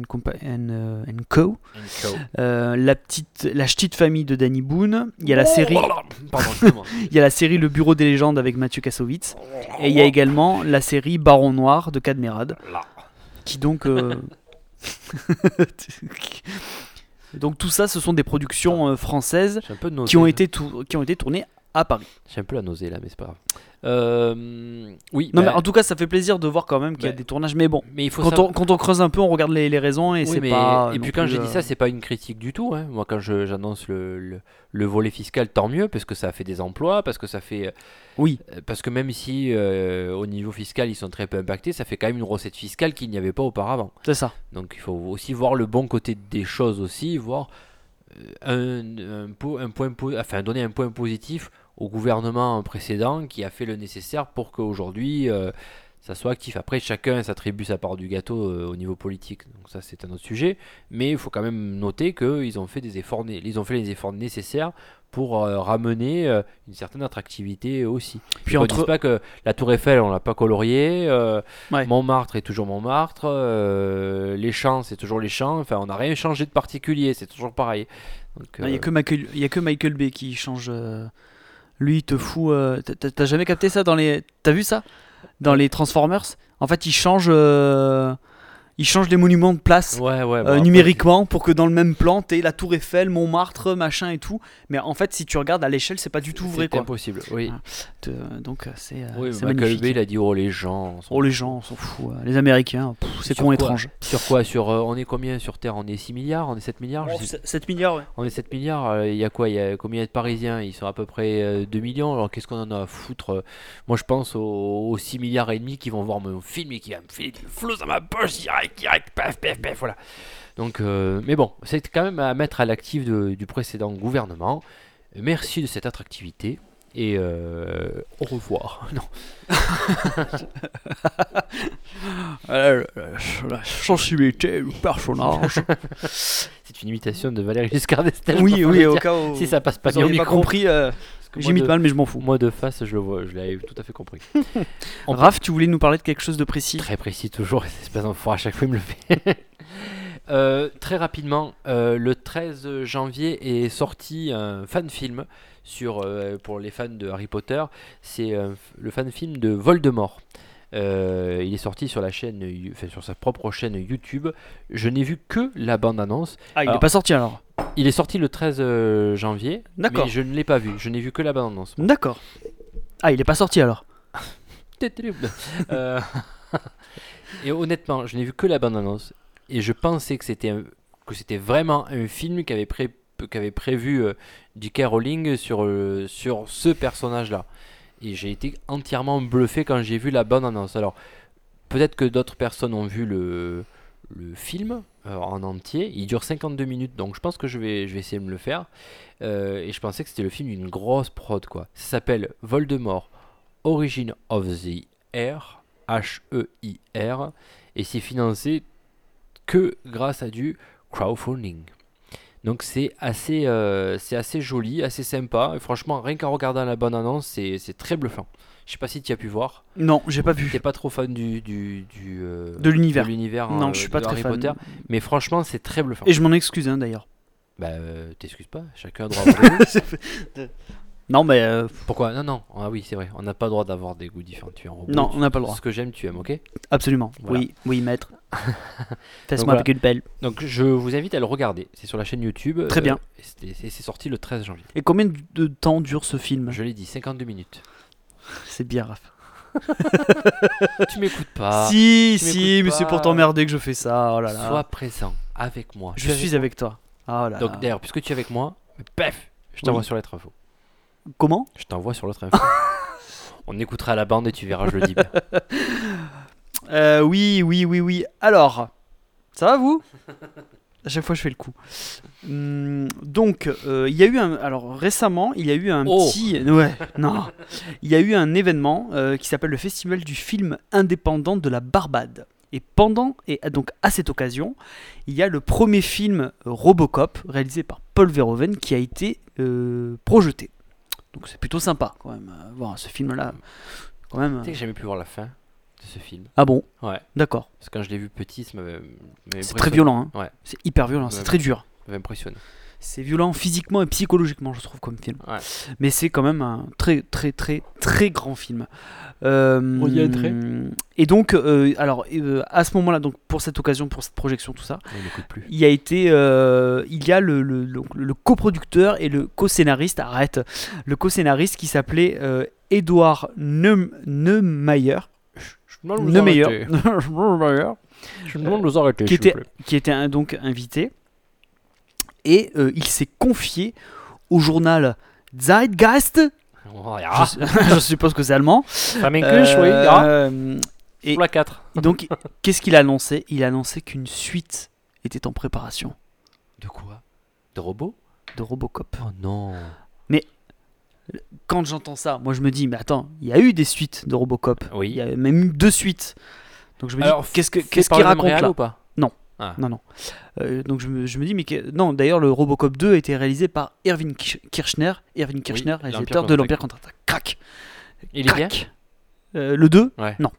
Co. La Ch'tite famille de Danny Boone. Il y a la série, Pardon, excuse-moi. il y a la série Le Bureau des légendes avec Mathieu Kassovitz. Et il y a également la série Baron Noir de Cadmerade, qui donc donc tout ça, ce sont des productions françaises J'ai un peu de nausée, qui ont là. été tournées à Paris. J'ai un peu la nausée là, mais c'est pas grave. Oui. Non, bah, mais en tout cas, ça fait plaisir de voir quand même qu'il y a bah, des tournages. Mais bon, mais il faut quand savoir- on creuse un peu, on regarde les raisons et Oui, c'est mais- pas. Et non puis quand plus, j'ai dit ça, c'est pas une critique du tout, hein. Moi, quand j'annonce le volet fiscal, tant mieux, parce que ça fait des emplois, parce que ça fait, Oui, parce que même si au niveau fiscal ils sont très peu impactés, ça fait quand même une recette fiscale qu'il n'y avait pas auparavant. c'est ça. Donc il faut aussi voir le bon côté des choses aussi, voir donner un point positif au gouvernement précédent qui a fait le nécessaire pour qu'aujourd'hui ça soit actif. Après, chacun s'attribue sa part du gâteau au niveau politique, donc ça c'est un autre sujet, mais il faut quand même noter qu'ils ont fait les efforts nécessaires pour ramener une certaine attractivité aussi. Puis On ne dise pas que la Tour Eiffel on l'a pas coloriée, Ouais. Montmartre est toujours Montmartre, les Champs c'est toujours les Champs, enfin on n'a rien changé de particulier, c'est toujours pareil. Donc, Il y a que Michael Bay qui change. Lui, il te fout. T'as jamais capté ça dans les. T'as vu ça dans les Transformers? En fait, il change les monuments de place. ouais, bon, après, Numériquement pour que dans le même plan t'aies la tour Eiffel, Montmartre, machin et tout, mais en fait si tu regardes à l'échelle c'est pas du tout vrai c'est quoi. impossible, oui. Donc c'est Oui, c'est Michael magnifique. Bay, il a dit les gens sont Oh les gens on s'en fout, les Américains, c'est Sur con quoi étrange. Sur quoi on est combien sur Terre? On est 6 milliards? On est 7 milliards? Je sais- 7 milliards ouais. On est 7 milliards, il y a quoi? Il y a combien de Parisiens? Ils sont à peu près 2 millions, alors qu'est-ce qu'on en a à foutre? Moi je pense aux 6 milliards et demi qui vont voir mon film et qui va me filer du flou dans ma poche direct, paf, voilà. Donc, mais bon, c'est quand même à mettre à l'actif du précédent gouvernement. Merci de cette attractivité et au revoir. Non. La sensibilité du personnage. C'est une imitation de Valéry Giscard d'Estaing. Oui pour oui le au dire. cas où Si ça passe pas vous bien au auriez pas micro. compris Parce J'imite mal, mais je m'en fous. Moi de face, je le vois, je l'avais tout à fait compris. Raph, tu voulais nous parler de quelque chose de précis? Très précis toujours, cette espèce d'enfoiré à chaque fois il me le fait. Très rapidement, le 13 janvier est sorti un fan film pour les fans de Harry Potter. C'est le fan film de Voldemort. Il est sorti sur sur sa propre chaîne YouTube. Je n'ai vu que la bande-annonce. Ah, il Alors, est pas sorti alors? Il est sorti le 13 janvier, D'accord. mais je ne l'ai pas vu. Je n'ai vu que la bande-annonce. D'accord. Ah, il est pas sorti alors? Euh, Et honnêtement, je n'ai vu que la bande-annonce. Et je pensais que c'était vraiment un film qu'avait prévu J.K. Rowling sur ce personnage-là. Et j'ai été entièrement bluffé quand j'ai vu la bande-annonce. Alors, peut-être que d'autres personnes ont vu le film en entier. Il dure 52 minutes, donc je pense que je vais essayer de me le faire. Et je pensais que c'était le film d'une grosse prod, quoi. Ça s'appelle Voldemort, Origin of the Heir, H-E-I-R, et c'est financé que grâce à du crowdfunding. Donc c'est assez joli, assez sympa. Et franchement, rien qu'en regardant la bande-annonce, c'est très bluffant. Je sais pas si tu as pu voir. Non, j'ai pas vu. T'es pas trop fan de l'univers Non, je suis pas de très Harry fan. Potter, mais franchement, c'est très bluffant. Et je m'en excuse d'ailleurs. Bah, t'excuses pas, chacun a droit d'avoir des goûts. Non, mais Pourquoi? Non, ah oui, c'est vrai, on n'a pas le droit d'avoir des goûts différents. Tu es un robot. non, on n'a pas le droit. Ce que j'aime, tu aimes, ok? Absolument. Voilà. Oui, maître. Fais-moi voilà. avec une pelle. Donc je vous invite à le regarder. C'est sur la chaîne YouTube. Très bien. Et c'est sorti le 13 janvier. Et combien de temps dure ce film? Je l'ai dit, 52 minutes. C'est bien, Raph. Tu m'écoutes pas. Si, tu si, m'écoutes mais c'est pas. pour t'emmerder que je fais ça. Oh là là. Sois présent avec moi. Je suis avec toi. Oh là Donc là. d'ailleurs, puisque tu es avec moi, paf, je t'envoie Oui. sur l'autre info. Comment? Je t'envoie sur l'autre info. On écoutera la bande et tu verras, je le dis bien. Oui. Alors, ça va vous? À chaque fois, je fais le coup. Donc, il y a eu alors récemment, il y a eu un Oh. petit, ouais, non, il y a eu un événement qui s'appelle le Festival du film indépendant de la Barbade. Et donc à cette occasion, il y a le premier film Robocop réalisé par Paul Verhoeven qui a été projeté. Donc c'est plutôt sympa quand même. Voir ce film-là, quand même. Tu sais que j'ai jamais pu voir la fin de ce film. Ah bon? Ouais. D'accord. Parce que quand je l'ai vu petit, ça m'avait C'est très violent. Hein. Ouais. C'est hyper violent. C'est Ouais. très dur. Ça m'avait impressionné. C'est violent physiquement et psychologiquement, je trouve, comme film. Ouais. Mais c'est quand même un très grand film. Reviendrai. Et donc, à ce moment-là, donc pour cette occasion, pour cette projection, tout ça, On n'écoute plus. il y a le coproducteur et le co-scénariste, le co-scénariste qui s'appelait Edouard Neumayer. Neumayer. Je demande de vous arrêter, qui s'il vous plaît. était donc invité. Et il s'est confié au journal Zeitgeist. Oh, ja. Je suppose que c'est allemand. Flamencusch, oui, ja. Et Pour la 4. donc, qu'est-ce qu'il a annoncé? Il a annoncé qu'une suite était en préparation De quoi? De robots? de Robocop. Oh non. Quand j'entends ça, moi je me dis, mais attends, il y a eu des suites de Robocop. Oui. Il y a même eu 2 suites. Donc je me dis, Alors, qu'est-ce c'est qu'il par le même raconte réal là? ou pas? Ah. Non. Donc je me dis, mais non, d'ailleurs, le Robocop 2 a été réalisé par Irving Kirchner, réalisateur de l'Empire contre-attaque. Crac. Il est bien? Crac. Le 2 Ouais. Non.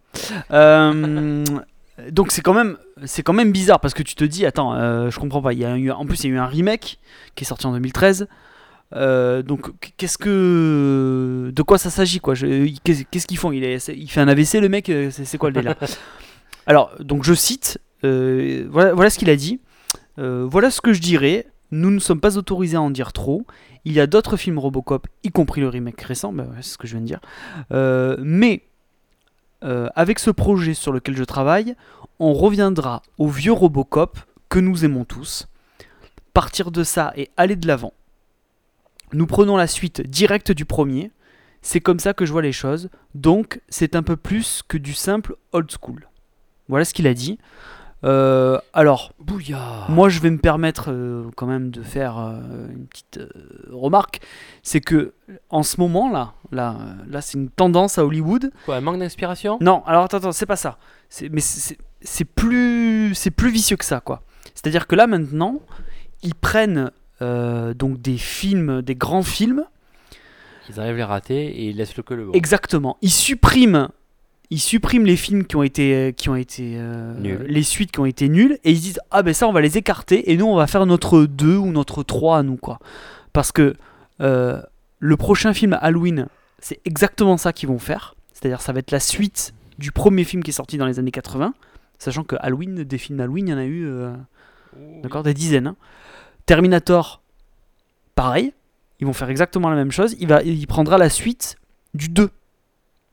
Donc c'est quand même bizarre parce que tu te dis, attends, je comprends pas. En plus, il y a eu un remake qui est sorti en 2013. Donc de quoi ça s'agit, quoi? Qu'est-ce qu'ils font? Il fait un AVC, le mec? C'est quoi le délire? Alors, donc je cite, voilà ce qu'il a dit. Voilà ce que je dirais. Nous ne sommes pas autorisés à en dire trop. Il y a d'autres films Robocop, y compris le remake récent, c'est ce que je viens de dire. Mais avec ce projet sur lequel je travaille, on reviendra au vieux Robocop que nous aimons tous. Partir de ça et aller de l'avant. Nous prenons la suite directe du premier. C'est comme ça que je vois les choses. Donc, c'est un peu plus que du simple old school. Voilà ce qu'il a dit. Alors, Bouillard. moi, je vais me permettre quand même de faire une petite remarque. C'est que en ce moment là, c'est une tendance à Hollywood. Quoi, un manque d'inspiration? Non, alors attends, c'est pas ça. C'est plus vicieux que ça, quoi. C'est-à-dire que là maintenant, ils prennent donc des films, des grands films, Ils enlèvent les ratés et ils laissent le que le bon. Exactement. Ils suppriment les films qui ont été Nuls. les suites qui ont été nulles et ils disent ah ben ça on va les écarter et nous on va faire notre 2 ou notre 3 à nous quoi. Parce que le prochain film Halloween, c'est exactement ça qu'ils vont faire. C'est-à-dire ça va être la suite du premier film qui est sorti dans les années 80, sachant que Halloween, des films Halloween, il y en a eu d'accord, des dizaines. Hein. Terminator, pareil, ils vont faire exactement la même chose. Il prendra la suite du 2. D'accord ?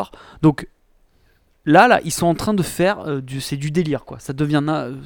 Donc là, ils sont en train de faire c'est du délire quoi. Ça devient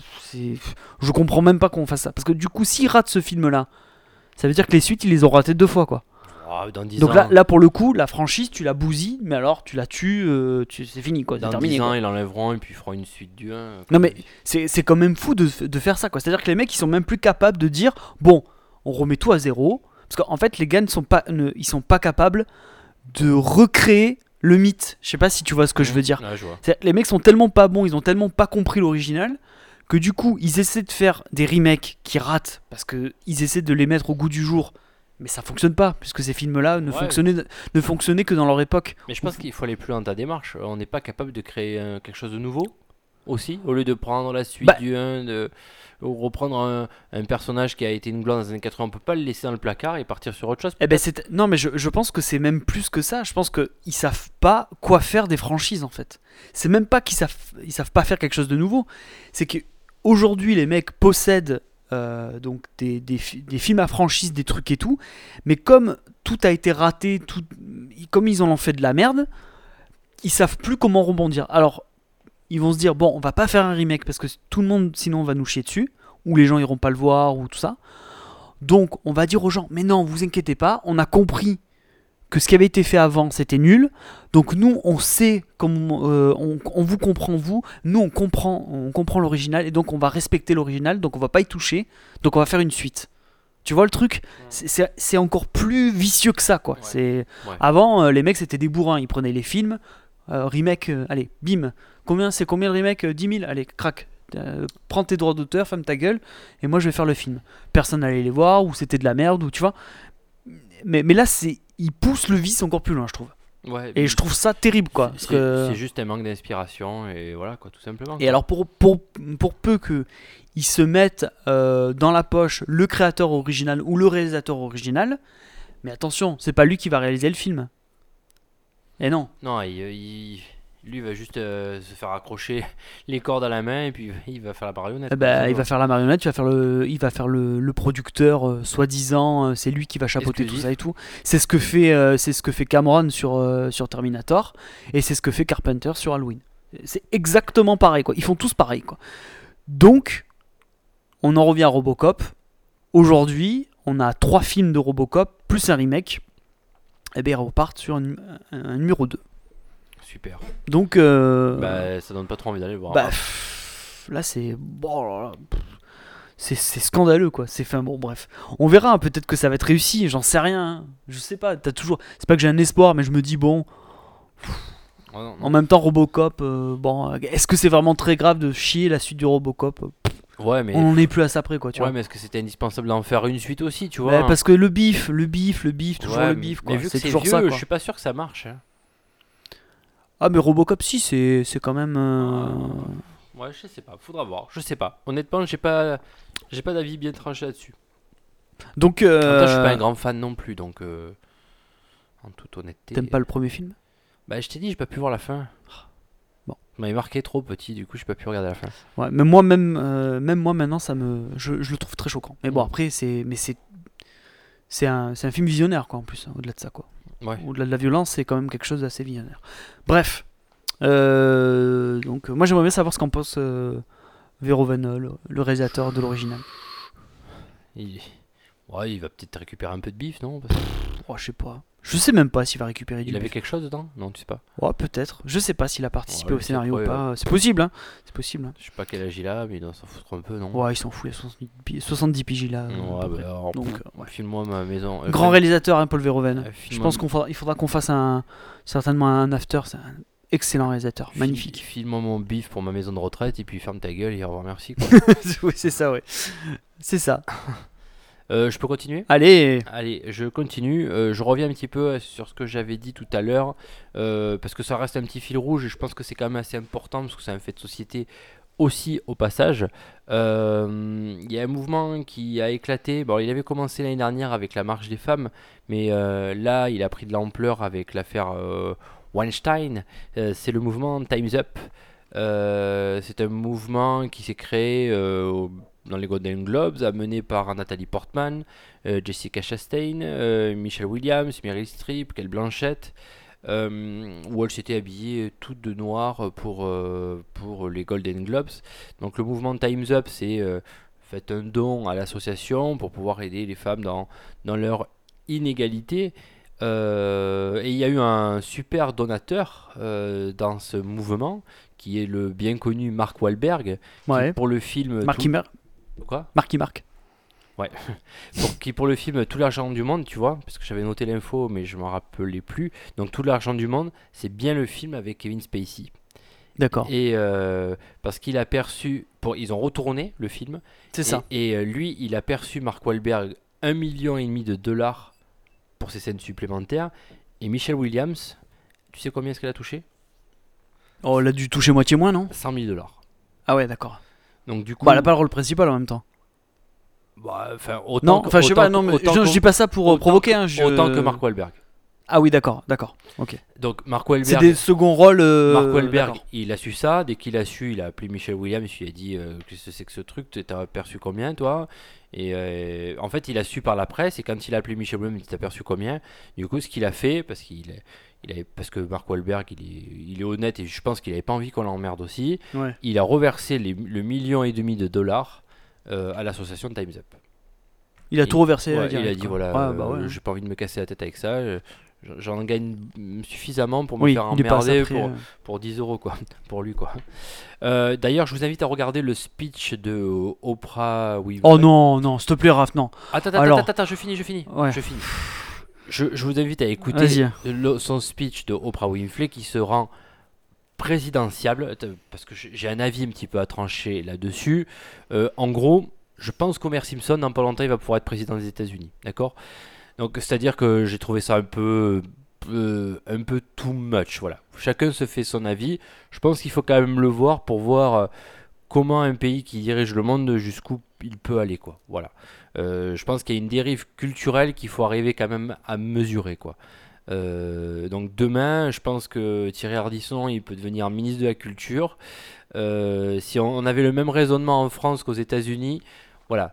je comprends même pas qu'on fasse ça parce que du coup, s'ils ratent ce film là, ça veut dire que les suites ils les ont ratés 2 fois quoi. Oh, dans 10 Donc ans, là pour le coup, la franchise, tu la bousilles, mais alors tu la tues, c'est fini quoi, c'est dans terminé. 10 ans, Quoi. ils l'enlèveront et puis ils feront une suite du 1. Non mais c'est quand même fou de faire ça quoi. C'est-à-dire que les mecs ils sont même plus capables de dire bon, on remet tout à zéro parce qu'en fait les gars ils sont pas capables de recréer le mythe. Je sais pas si tu vois ce que je veux dire. Ouais, je vois. Les mecs sont tellement pas bons, ils ont tellement pas compris l'original que du coup ils essaient de faire des remakes qui ratent parce que ils essaient de les mettre au goût du jour. Mais ça fonctionne pas, puisque ces films-là ne fonctionnaient que dans leur époque. Mais je pense qu'il faut aller plus loin dans ta démarche. On n'est pas capable de créer quelque chose de nouveau aussi, au lieu de prendre la suite du 1, ou reprendre un personnage qui a été une gloire dans les années 80, on peut pas le laisser dans le placard et partir sur autre chose. Non mais je pense que c'est même plus que ça. Je pense qu'ils savent pas quoi faire des franchises en fait. C'est même pas qu'ils savent pas faire quelque chose de nouveau. C'est qu'aujourd'hui les mecs possèdent donc des films à franchise, des trucs et tout, mais comme tout a été raté, comme ils en ont fait de la merde, ils savent plus comment rebondir. Alors ils vont se dire bon, on va pas faire un remake parce que tout le monde sinon va nous chier dessus, ou les gens iront pas le voir ou tout ça. Donc on va dire aux gens mais non, vous inquiétez pas, on a compris que ce qui avait été fait avant c'était nul, donc nous on sait comment on vous comprend vous, nous on comprend l'original et donc on va respecter l'original, donc on va pas y toucher, donc on va faire une suite. Tu vois le truc ? C'est encore plus vicieux que ça quoi. Ouais. Avant les mecs c'était des bourrins, ils prenaient les films, remake, allez bim, c'est combien le remake 10 000, allez crac. Prends tes droits d'auteur, ferme ta gueule et moi je vais faire le film. Personne n'allait les voir ou c'était de la merde ou tu vois. Mais là il pousse le vice encore plus loin je trouve. Ouais, Et je trouve ça terrible quoi. Parce que... C'est juste un manque d'inspiration et voilà quoi, tout simplement. Et alors pour peu que ils se mettent dans la poche le créateur original ou le réalisateur original, mais attention, c'est pas lui qui va réaliser le film. Et non. Non, lui va juste se faire accrocher les cordes à la main et puis il va faire la marionnette. Il va faire la marionnette, il va faire le producteur soi-disant, c'est lui qui va chapeauter Exclusif. tout ça et tout. C'est ce que fait Cameron sur Terminator et c'est ce que fait Carpenter sur Halloween. C'est exactement pareil quoi. Ils font tous pareil quoi. Donc on en revient à Robocop. Aujourd'hui, on a 3 films de Robocop plus un remake. Et bien ils repartent sur un numéro 2. Super. Donc ça donne pas trop envie d'aller le voir. Là c'est c'est scandaleux quoi. Bref. On verra, hein, peut-être que ça va être réussi, j'en sais rien. Hein. Je sais pas, c'est pas que j'ai un espoir mais je me dis bon. Oh, non. En même temps Robocop est-ce que c'est vraiment très grave de chier la suite du Robocop ? Ouais, mais On n'en est plus à ça près quoi, tu vois. mais est-ce que c'était indispensable d'en faire une suite aussi, tu vois? Parce que le bif, toujours Ouais, le bif quoi. Mais vu que C'est c'est toujours vieux, ça quoi. je suis pas sûr que ça marche. Hein. Ah mais Robocop si c'est quand même Ouais, je sais pas, faudra voir, je sais pas. Honnêtement, j'ai pas d'avis bien tranché là-dessus. Donc En même temps, je suis pas un grand fan non plus, donc en toute honnêteté. t'aimes pas le premier film ? Bah, je t'ai dit, j'ai pas pu voir la fin. Bon. Ça m'avait marqué trop petit, du coup, j'ai pas pu regarder la fin. Ouais, mais moi même moi maintenant je le trouve très choquant. Mais bon après c'est un film visionnaire quoi en plus, hein, au-delà de ça quoi. Ouais. Au-delà de la violence, c'est quand même quelque chose d'assez visionnaire. Bref. Donc moi j'aimerais bien savoir ce qu'en pense Verhoeven, le réalisateur de l'original. Il va peut-être récupérer un peu de bif, non? Parce que Je sais pas. Je sais même pas s'il va récupérer du il avait bif. quelque chose dedans? Non, tu sais pas. Ouais, peut-être. Je sais pas s'il a participé Ouais, au scénario ouais, ou pas. C'est possible, hein. C'est possible. Hein. Je sais pas quel âge il a, mais il doit s'en foutre un peu, non? Ouais, il s'en fout. Il a 70 piges là. Ouais, à peu près. alors, Donc, ouais. Filme-moi ma maison. Grand réalisateur, hein, Paul Verhoeven. Je filme-moi- pense il faudra qu'on fasse certainement un after. C'est un excellent réalisateur. Magnifique. Filme-moi mon bif pour ma maison de retraite et puis ferme ta gueule et au revoir, merci. Quoi. Oui, c'est ça, ouais. C'est ça. Je peux continuer? Allez. Allez, je continue. Je reviens un petit peu sur ce que j'avais dit tout à l'heure, parce que ça reste un petit fil rouge et je pense que c'est quand même assez important parce que c'est un fait de société aussi au passage. Il y a un mouvement qui a éclaté. Bon, il avait commencé l'année dernière avec la marche des femmes, mais là, il a pris de l'ampleur avec l'affaire Weinstein. C'est le mouvement Time's Up. C'est un mouvement qui s'est créé dans les Golden Globes, amené par Nathalie Portman, Jessica Chastain, Michelle Williams, Meryl Streep, Kate Blanchett, où elles s'étaient habillées toutes de noir pour les Golden Globes. Donc le mouvement Time's Up, c'est faites un don à l'association pour pouvoir aider les femmes dans leur inégalité. Et il y a eu un super donateur dans ce mouvement qui est le bien connu Mark Wahlberg, Ouais. qui pour le film Marky Mark. Quoi Marky Mark. qui pour le film Tout l'argent du monde, tu vois, parce que j'avais noté l'info mais je m'en rappelais plus. Donc Tout l'argent du monde, c'est bien le film avec Kevin Spacey. D'accord. Et parce qu'il a perçu, ils ont retourné le film. C'est ça. Et lui, il a perçu Mark Wahlberg 1,5 million de dollars pour ses scènes supplémentaires. Et Michelle Williams, tu sais combien est-ce qu'elle a touché? Oh, elle a dû toucher moitié moins, non? 100 000 dollars. Ah ouais, d'accord. Donc du coup, Bah, elle a pas le rôle principal en même temps. bah, autant Non, que- enfin, je sais autant pas, que- non, mais autant je que- dis pas ça pour autant provoquer. que- Hein, Autant que Mark Wahlberg. Ah oui, d'accord. Ok. Donc Mark C'est Wahlberg, des seconds rôles. Mark Wahlberg, d'accord. il a su ça. Dès qu'il a su, il a appelé Michelle Williams. Il lui a dit qu'est-ce que c'est que ce truc? T'as perçu combien, toi? Et en fait, il a su par la presse. Et quand il a appelé Michelle Williams, il dit t'as perçu combien? Du coup, ce qu'il a fait, parce que Mark Wahlberg, il est honnête et je pense qu'il avait pas envie qu'on l'emmerde aussi. Ouais. Il a reversé le 1,5 million de dollars à l'association Time's Up. Il a tout reversé. Ouais, direct, il a dit quoi. voilà, Ouais, bah ouais. j'ai pas envie de me casser la tête avec ça. J'en gagne suffisamment pour me Oui, faire il est pas emmerder après, pour 10 euros quoi, pour lui quoi. D'ailleurs, je vous invite à regarder le speech de Oprah Winfrey. Oh non, s'il te plaît, Raph, non. Alors. Attends, je finis. Ouais. Je vous invite à écouter Vas-y. son speech de Oprah Winfrey qui se rend présidentiable, parce que j'ai un avis un petit peu à trancher là-dessus. En gros, je pense qu'Homer Simpson, dans pas longtemps, il va pouvoir être président des États-Unis, d'accord? Donc, c'est-à-dire que j'ai trouvé ça un peu too much, voilà. Chacun se fait son avis. Je pense qu'il faut quand même le voir pour voir comment un pays qui dirige le monde, jusqu'où il peut aller, quoi. Voilà. Je pense qu'il y a une dérive culturelle qu'il faut arriver quand même à mesurer, quoi. Donc demain, je pense que Thierry Ardisson, il peut devenir ministre de la Culture. Si on avait le même raisonnement en France qu'aux États-Unis, voilà.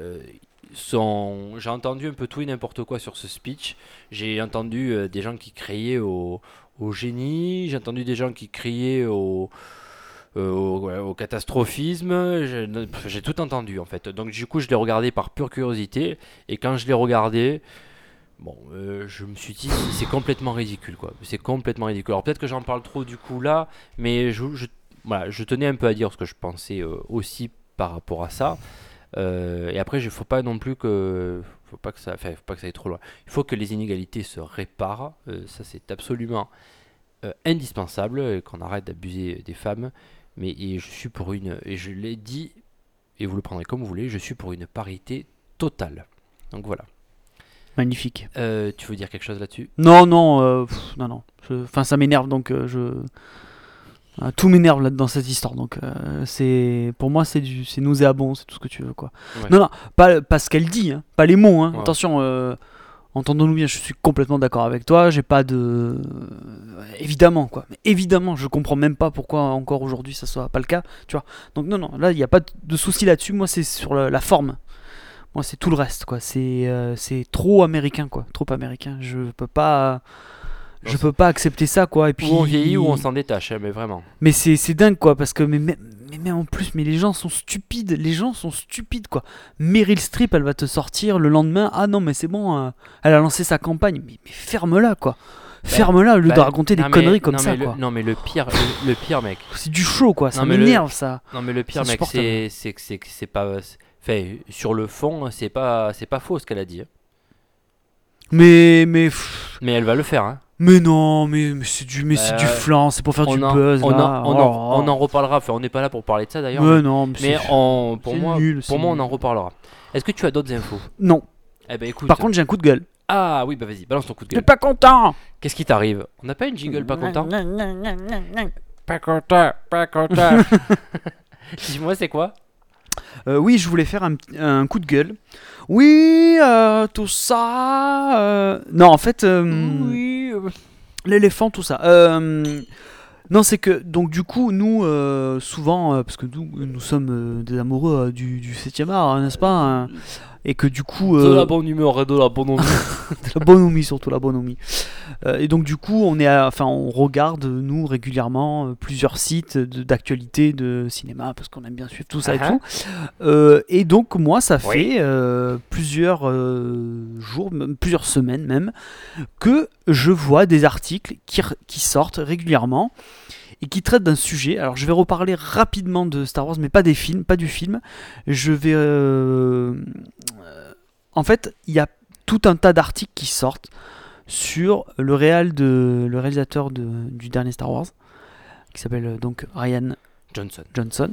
J'ai entendu un peu tout et n'importe quoi sur ce speech. J'ai entendu des gens qui criaient au génie, j'ai entendu des gens qui criaient au catastrophisme, j'ai tout entendu en fait. Donc du coup, je l'ai regardé par pure curiosité, et quand je l'ai regardé, bon, je me suis dit c'est complètement ridicule, quoi. C'est complètement ridicule. Alors peut-être que j'en parle trop du coup là, mais voilà, je tenais un peu à dire ce que je pensais aussi par rapport à ça. Et après, faut pas non plus faut pas que ça aille trop loin. Il faut que les inégalités se réparent. Ça, c'est absolument indispensable, qu'on arrête d'abuser des femmes. Et je suis pour et je l'ai dit, et vous le prendrez comme vous voulez, je suis pour une parité totale. Donc voilà. Magnifique. Tu veux dire quelque chose là-dessus? Non. Enfin, ça m'énerve, donc tout m'énerve là dans cette histoire. Donc pour moi, c'est nauséabond, c'est tout ce que tu veux, quoi. Ouais. Non, pas ce qu'elle dit, hein, pas les mots. Hein. Ouais. Attention, entendons-nous bien. Je suis complètement d'accord avec toi. J'ai pas de évidemment, quoi. Mais évidemment, je comprends même pas pourquoi encore aujourd'hui ça soit pas le cas. Tu vois. Donc non, là il y a pas de souci là-dessus. Moi, c'est sur la forme. Moi, c'est tout le reste, quoi. C'est trop américain, quoi. Trop américain. Je peux pas accepter ça, quoi. Et puis Ou on vieillit ou on s'en détache, mais vraiment. mais c'est dingue, quoi, parce que mais en plus, mais les gens sont stupides, quoi. Meryl Streep, elle va te sortir le lendemain, ah non mais c'est bon, elle a lancé sa campagne, mais ferme-la, quoi. Ferme-la au lieu de raconter des conneries comme ça, quoi. Non mais le pire mec. C'est du show, quoi, ça Non, mais m'énerve, ça. Non mais le pire C'est mec, insupportable. c'est que c'est pas fait sur le fond, c'est pas faux ce qu'elle a dit. Mais Mais elle va le faire, hein. Mais non, mais c'est du flan, c'est pour faire du buzz. On là. on en reparlera. Enfin, on n'est pas là pour parler de ça d'ailleurs. Mais non, Mais pour c'est moi, nul, pour c'est moi, on nul. en reparlera. Est-ce que tu as d'autres infos? Non. Eh ben écoute. Par contre, j'ai un coup de gueule. Ah oui, bah vas-y, balance ton coup de T'es gueule. pas content? Qu'est-ce qui t'arrive? On n'a pas une jingle pas content? Pas content, pas content. Dis-moi, c'est quoi? Oui, je voulais faire un coup de gueule. Oui, tout ça. Non, en fait, l'éléphant, tout ça. Non, c'est que, donc, du coup, nous, souvent, parce que nous sommes des amoureux du 7e art, hein, n'est-ce pas, hein, et que du coup. De la bonne humeur et de la bonne envie. De la bonhomie, surtout la bonhomie. Et donc, du coup, on regarde, nous, régulièrement, plusieurs sites d'actualité de cinéma, parce qu'on aime bien suivre tout ça et tout. Et donc, moi, ça fait plusieurs jours, plusieurs semaines même, que je vois des articles qui sortent régulièrement et qui traitent d'un sujet. Alors, je vais reparler rapidement de Star Wars, mais pas des films, pas du film. Je vais... En fait, il y a tout un tas d'articles qui sortent sur le réalisateur du dernier Star Wars, qui s'appelle donc Rian Johnson.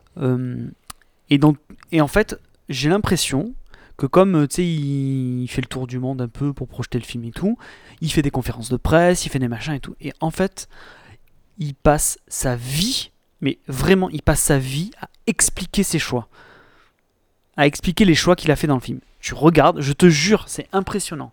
Et en fait, j'ai l'impression que comme tu sais, il fait le tour du monde un peu pour projeter le film et tout, il fait des conférences de presse, il fait des machins et tout, et en fait, il passe sa vie, mais vraiment, il passe sa vie à expliquer ses choix, à expliquer les choix qu'il a fait dans le film. Tu regardes, je te jure, c'est impressionnant.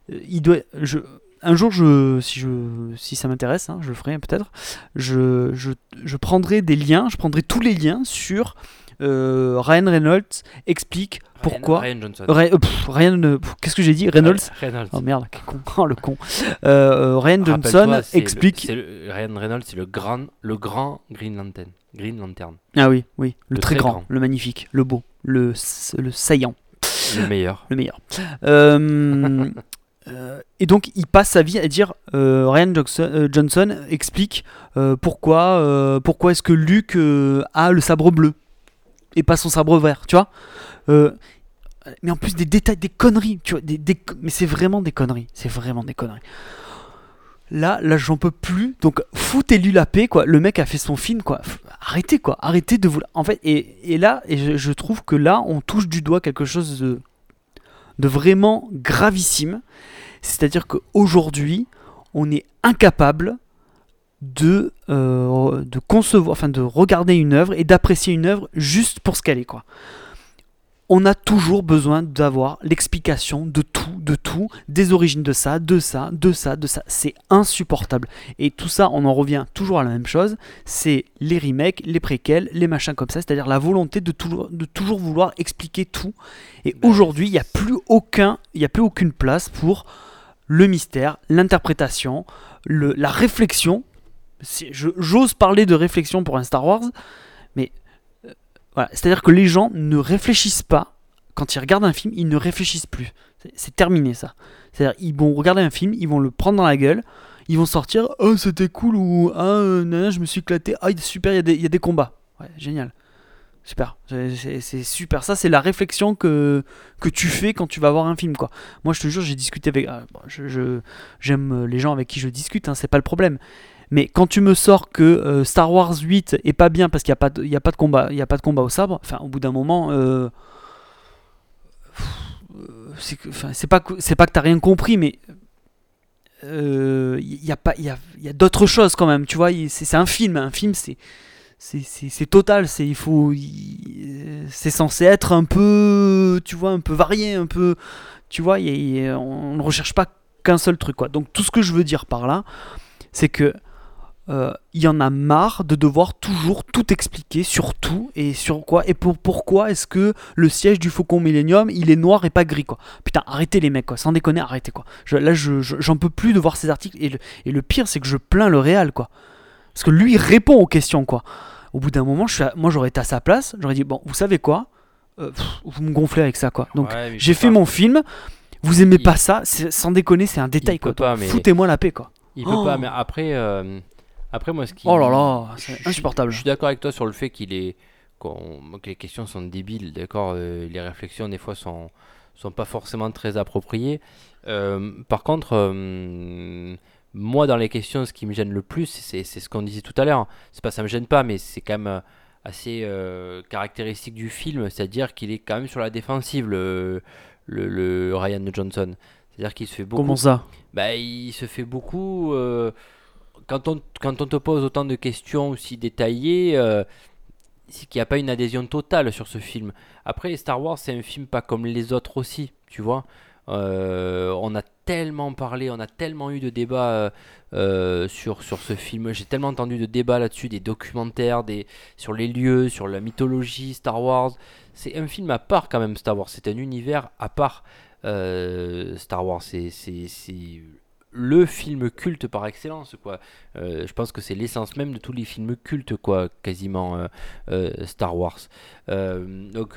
Un jour, si ça m'intéresse, hein, je le ferai peut-être. Je prendrai des liens, je prendrai tous les liens sur Ryan Reynolds explique pourquoi. Ryan Johnson. Qu'est-ce que j'ai dit? Reynolds. Reynolds. Oh merde, quel con. Oh le con. Ryan Johnson explique. Ryan Reynolds, c'est le grand Green Lantern. Ah oui, le Le très très grand, grand. le magnifique, le beau, le saillant. Le meilleur. Le meilleur. Et donc il passe sa vie à dire Ryan Johnson explique pourquoi est-ce que Luke a le sabre bleu et pas son sabre vert, tu vois. Mais en plus des détails, des conneries, tu vois, mais c'est vraiment des conneries, Là, j'en peux plus. Donc, foutez-lui la paix, quoi. Le mec a fait son film, quoi. Arrêtez, quoi. Arrêtez de vous. En fait, et là, je trouve que là, on touche du doigt quelque chose de vraiment gravissime. C'est-à-dire qu'aujourd'hui, on est incapable de concevoir, enfin, de regarder une œuvre et d'apprécier une œuvre juste pour ce qu'elle est, quoi. On a toujours besoin d'avoir l'explication de tout, des origines de ça. C'est insupportable. Et tout ça, on en revient toujours à la même chose. C'est les remakes, les préquels, les machins comme ça. C'est-à-dire la volonté de toujours vouloir expliquer tout. Et aujourd'hui, il n'y a plus aucune place pour le mystère, l'interprétation, la réflexion. J'ose parler de réflexion pour un Star Wars, mais... Voilà, c'est-à-dire que les gens ne réfléchissent pas. Quand ils regardent un film, ils ne réfléchissent plus. C'est terminé, ça. C'est-à-dire ils vont regarder un film, ils vont le prendre dans la gueule, ils vont sortir « Oh, c'était cool » ou « Ah, je me suis éclaté, ah, super, il y a des combats. » Ouais, génial. Super. C'est super. Ça, c'est la réflexion que tu fais quand tu vas voir un film, quoi. Moi, je te jure, j'ai discuté avec... j'aime les gens avec qui je discute, hein, c'est pas le problème. Mais quand tu me sors que Star Wars 8 est pas bien parce qu'il n'y a pas de combat au sabre, enfin au bout d'un moment, c'est pas que t'as rien compris, mais il y a d'autres choses quand même, tu vois. C'est un film c'est total, c'est censé être un peu, tu vois, un peu varié, un peu, tu vois, on ne recherche pas qu'un seul truc, quoi. Donc tout ce que je veux dire par là, c'est que il y en a marre de devoir toujours tout expliquer sur tout et sur quoi et pourquoi est-ce que le siège du Faucon Millenium il est noir et pas gris, quoi. Putain, arrêtez les mecs, quoi, sans déconner, arrêtez, quoi. J'en peux plus de voir ces articles et le pire c'est que je plains le réal, quoi, parce que lui il répond aux questions, quoi. Au bout d'un moment moi j'aurais été à sa place, j'aurais dit bon, vous savez quoi, vous me gonflez avec ça, quoi. Donc Ouais, j'ai fait mon film, vous aimez pas ça, sans déconner, c'est un détail, quoi. pas, mais... Foutez-moi la paix, quoi. Il peut pas, mais après moi, ce qui... Oh là là, c'est insupportable. Je suis d'accord avec toi sur le fait que les questions sont débiles, d'accord. Les réflexions des fois sont pas forcément très appropriées. Par contre, Moi, dans les questions, ce qui me gêne le plus, c'est ce qu'on disait tout à l'heure. C'est pas ça me gêne pas, mais c'est quand même assez caractéristique du film, c'est-à-dire qu'il est quand même sur la défensive, le Ryan Johnson. C'est-à-dire qu'il se fait beaucoup. Comment ça? Bah, il se fait beaucoup. Quand on te pose autant de questions aussi détaillées, c'est qu'il n'y a pas une adhésion totale sur ce film. Après, Star Wars, c'est un film pas comme les autres aussi, tu vois. On a tellement parlé, on a tellement eu de débats sur ce film. J'ai tellement entendu de débats là-dessus, des documentaires, sur les lieux, sur la mythologie Star Wars. C'est un film à part quand même, Star Wars. C'est un univers à part. Star Wars, c'est le film culte par excellence, quoi. Je pense que c'est l'essence même de tous les films cultes, quoi, quasiment, Star Wars. Donc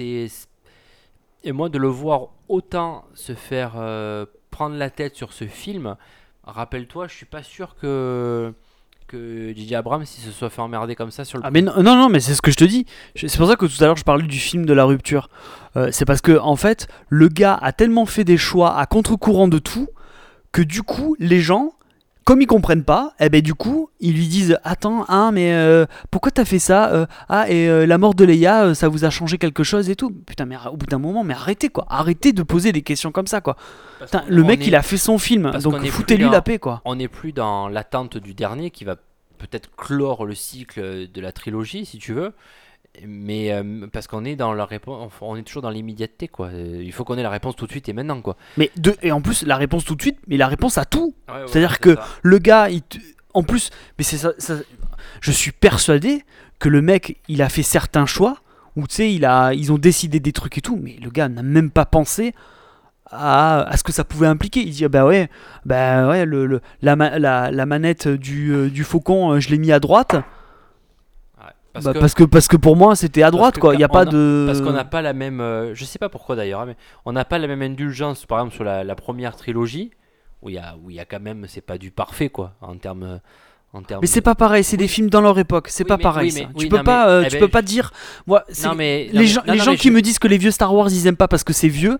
et moi de le voir autant se faire prendre la tête sur ce film, rappelle-toi, je suis pas sûr que J.J. Abrams il se soit fait emmerder comme ça sur le. Ah mais non, mais c'est ce que je te dis. C'est pour ça que tout à l'heure je parlais du film de la rupture. C'est parce que en fait, le gars a tellement fait des choix à contre-courant de tout que du coup, les gens, comme ils comprennent pas, eh ben du coup, ils lui disent attends, mais pourquoi t'as fait ça la mort de Leia, ça vous a changé quelque chose et tout. Putain, mais au bout d'un moment, mais arrêtez quoi, arrêtez de poser des questions comme ça quoi. Putain, le mec il a fait son film, donc foutez-lui la paix quoi. On n'est plus dans l'attente du dernier qui va peut-être clore le cycle de la trilogie si tu veux. Mais parce qu'on est dans la réponse, on est toujours dans l'immédiateté quoi. Il faut qu'on ait la réponse tout de suite et maintenant quoi. Et en plus la réponse tout de suite, mais la réponse à tout. Ouais, c'est-à-dire que ça. Le gars, en plus, mais c'est ça, je suis persuadé que le mec, il a fait certains choix où tu sais, ils ont décidé des trucs et tout, mais le gars n'a même pas pensé à ce que ça pouvait impliquer. Il dit la manette du faucon, je l'ai mis à droite. Parce que pour moi c'était à droite quoi, il y a pas de. Parce qu'on n'a pas la même, je sais pas pourquoi d'ailleurs, mais on n'a pas la même indulgence par exemple sur la première trilogie où il y a quand même, c'est pas du parfait quoi en termes. Mais c'est pas pareil, c'est des films dans leur époque, c'est pas pareil ça. Tu peux pas dire moi les gens qui me disent que les vieux Star Wars ils aiment pas parce que c'est vieux.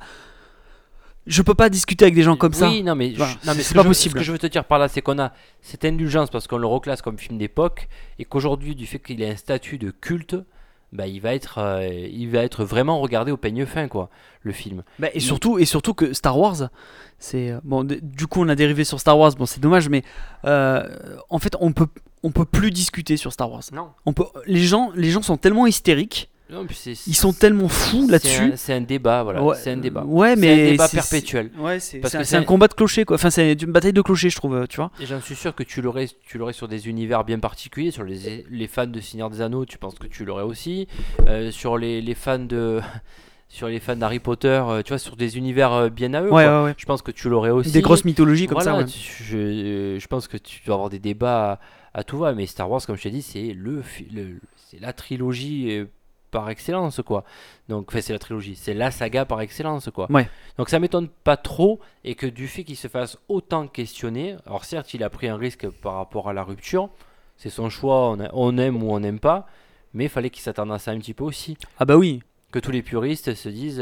Je peux pas discuter avec des gens comme ça. Oui, non mais c'est pas possible. Ce que je veux te dire par là, c'est qu'on a cette indulgence parce qu'on le reclasse comme film d'époque et qu'aujourd'hui, du fait qu'il ait un statut de culte, bah, il va être vraiment regardé au peigne fin, quoi, le film. Bah, et surtout que Star Wars, c'est bon. Du coup, on a dérivé sur Star Wars. Bon, c'est dommage, mais en fait, on peut plus discuter sur Star Wars. Non. Les gens sont tellement hystériques. Non, ils sont tellement fous là-dessus. C'est un débat, voilà. Ouais, c'est un débat. Ouais, mais c'est un débat perpétuel. Ouais, c'est un combat de clochers, quoi. Enfin, c'est une bataille de clochers, je trouve, tu vois. Et j'en suis sûr que tu l'aurais sur des univers bien particuliers, sur les fans de Seigneur des Anneaux, tu penses que tu l'aurais aussi. Sur les fans de. Sur les fans d'Harry Potter, tu vois, sur des univers bien à eux. Ouais. Je pense que tu l'aurais aussi. Des grosses mythologies comme ça. Ouais. Je pense que tu dois avoir des débats à tout va, mais Star Wars, comme je t'ai dit, c'est c'est la trilogie par excellence, quoi. Donc, c'est la trilogie, c'est la saga par excellence, quoi. Ouais. Donc, ça m'étonne pas trop, et que du fait qu'il se fasse autant questionner, alors certes, il a pris un risque par rapport à la rupture, c'est son choix, on aime ou on n'aime pas, mais il fallait qu'il s'attende à ça un petit peu aussi. Ah bah oui. Que tous les puristes se disent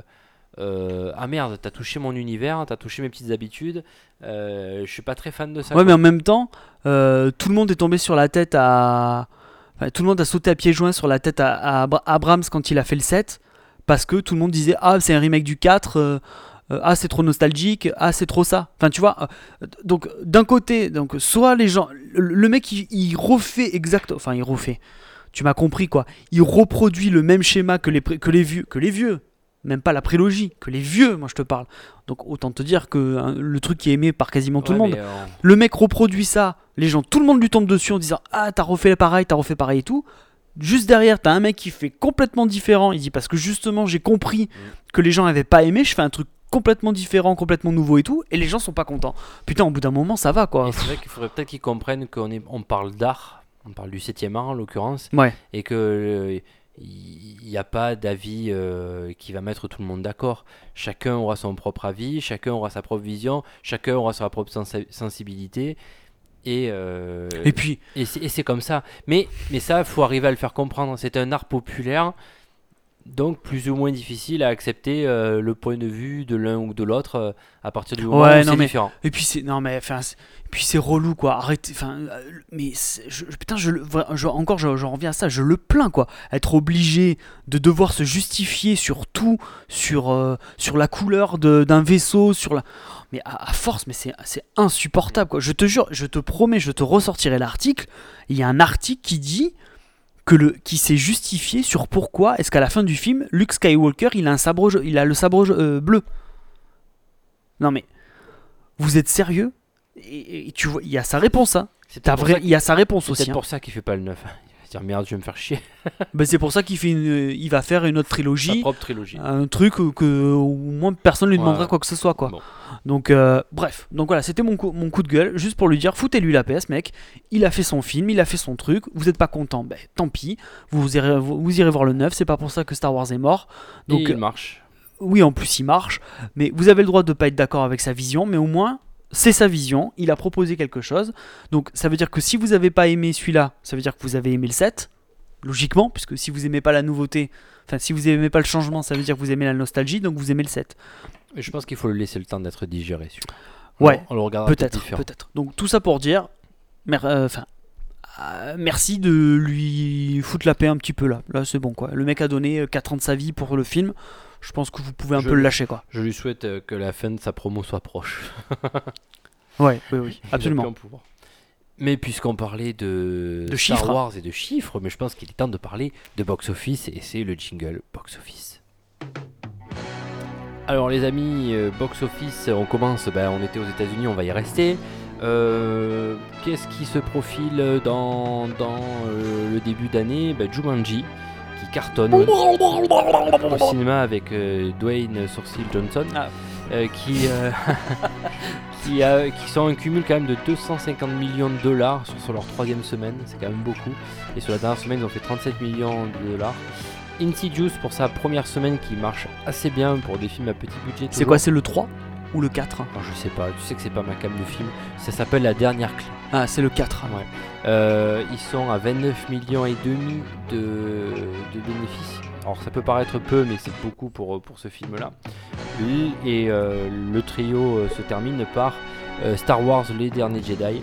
ah merde, t'as touché mon univers, t'as touché mes petites habitudes, je suis pas très fan de ça. Ouais, mais en même temps, tout le monde est tombé sur la tête tout le monde a sauté à pieds joints sur la tête à Abrams quand il a fait le 7, parce que tout le monde disait ah c'est un remake du 4, ah c'est trop nostalgique, ah c'est trop ça. Enfin tu vois, donc d'un côté, donc soit les gens, le mec il refait enfin il refait. Tu m'as compris quoi. Il reproduit le même schéma que les vieux. Même pas la prélogie, que les vieux, moi je te parle. Donc autant te dire que le truc qui est aimé par quasiment tout le monde. Le mec reproduit ça, les gens, tout le monde lui tombe dessus en disant ah t'as refait pareil et tout. Juste derrière t'as un mec qui fait complètement différent. Il dit parce que justement j'ai compris que les gens avaient pas aimé, je fais un truc complètement différent, complètement nouveau et tout, et les gens sont pas contents. Putain, au bout d'un moment ça va quoi. Et c'est vrai qu'il faudrait peut-être qu'ils comprennent qu'on parle d'art, on parle du 7e art en l'occurrence, et que il n'y a pas d'avis qui va mettre tout le monde d'accord. Chacun aura son propre avis, chacun aura sa propre vision, chacun aura sa propre sensibilité. Et c'est comme ça. Mais ça, il faut arriver à le faire comprendre. C'est un art populaire. Donc plus ou moins difficile à accepter le point de vue de l'un ou de l'autre à partir du moment Ouais, où non, c'est mais- différent. Et puis c'est non mais enfin puis c'est relou quoi. Arrêtez enfin mais putain encore je reviens à ça, je le plains quoi. Être obligé de devoir se justifier sur tout, sur la couleur d'un vaisseau, sur la mais à force mais c'est insupportable quoi. Je te jure, je te promets, je te ressortirai l'article. Il y a un article qui dit qui s'est justifié sur pourquoi est-ce qu'à la fin du film Luke Skywalker il a le sabre bleu. Non mais vous êtes sérieux et tu vois il y a sa réponse hein. C'est peut-être pour ça Il y a sa réponse c'est aussi. peut-être Hein. pour ça qu'il fait pas le 9. Il va se dire merde, je vais me faire chier. Bah, c'est pour ça il va faire une autre Sa trilogie, propre trilogie. un truc que au moins personne lui demandera Ouais. quoi que ce soit quoi. Bon. Donc bref, donc voilà, c'était mon coup de gueule, juste pour lui dire foutez-lui la PS mec, il a fait son film, il a fait son truc, vous n'êtes pas content, ben tant pis, vous irez voir le 9, c'est pas pour ça que Star Wars est mort. Donc Et il marche. oui, en plus il marche, mais vous avez le droit de pas être d'accord avec sa vision, mais au moins c'est sa vision, il a proposé quelque chose. Donc ça veut dire que si vous avez pas aimé celui-là, ça veut dire que vous avez aimé le 7, logiquement, puisque si vous aimez pas la nouveauté, enfin si vous aimez pas le changement, ça veut dire que vous aimez la nostalgie, donc vous aimez le 7. Mais je pense qu'il faut le laisser le temps d'être digéré. Celui-là. Ouais, on le regardera Peut-être, différent. peut-être. Donc tout ça pour dire, merci de lui foutre la paix un petit peu là. Là c'est bon quoi. Le mec a donné 4 ans de sa vie pour le film. Je pense que vous pouvez un peu le lâcher quoi. Je lui souhaite que la fin de sa promo soit proche. Ouais, oui, Il a absolument. plus un pouvoir. Mais puisqu'on parlait de Star chiffres. Wars et de chiffres, mais je pense qu'il est temps de parler de box-office et c'est le jingle box-office. Alors les amis, box-office, on commence, on était aux États-Unis, on va y rester. Qu'est-ce qui se profile dans le début d'année Jumanji, qui cartonne au cinéma avec Dwayne Sourcil Johnson, qui sont un cumul quand même de 250 millions de dollars sur leur troisième semaine, c'est quand même beaucoup. Et sur la dernière semaine, ils ont fait 37 millions de dollars. Insidious pour sa première semaine qui marche assez bien pour des films à petit budget. C'est quoi, c'est le 3 ou le 4 Alors, je sais pas, tu sais que c'est pas ma cam de film. Ça s'appelle La Dernière Clé. Ah, c'est le 4. Ouais. Ils sont à 29 millions et demi de bénéfices. Alors ça peut paraître peu, mais c'est beaucoup pour ce film-là. Et le trio se termine par Star Wars Les Derniers Jedi.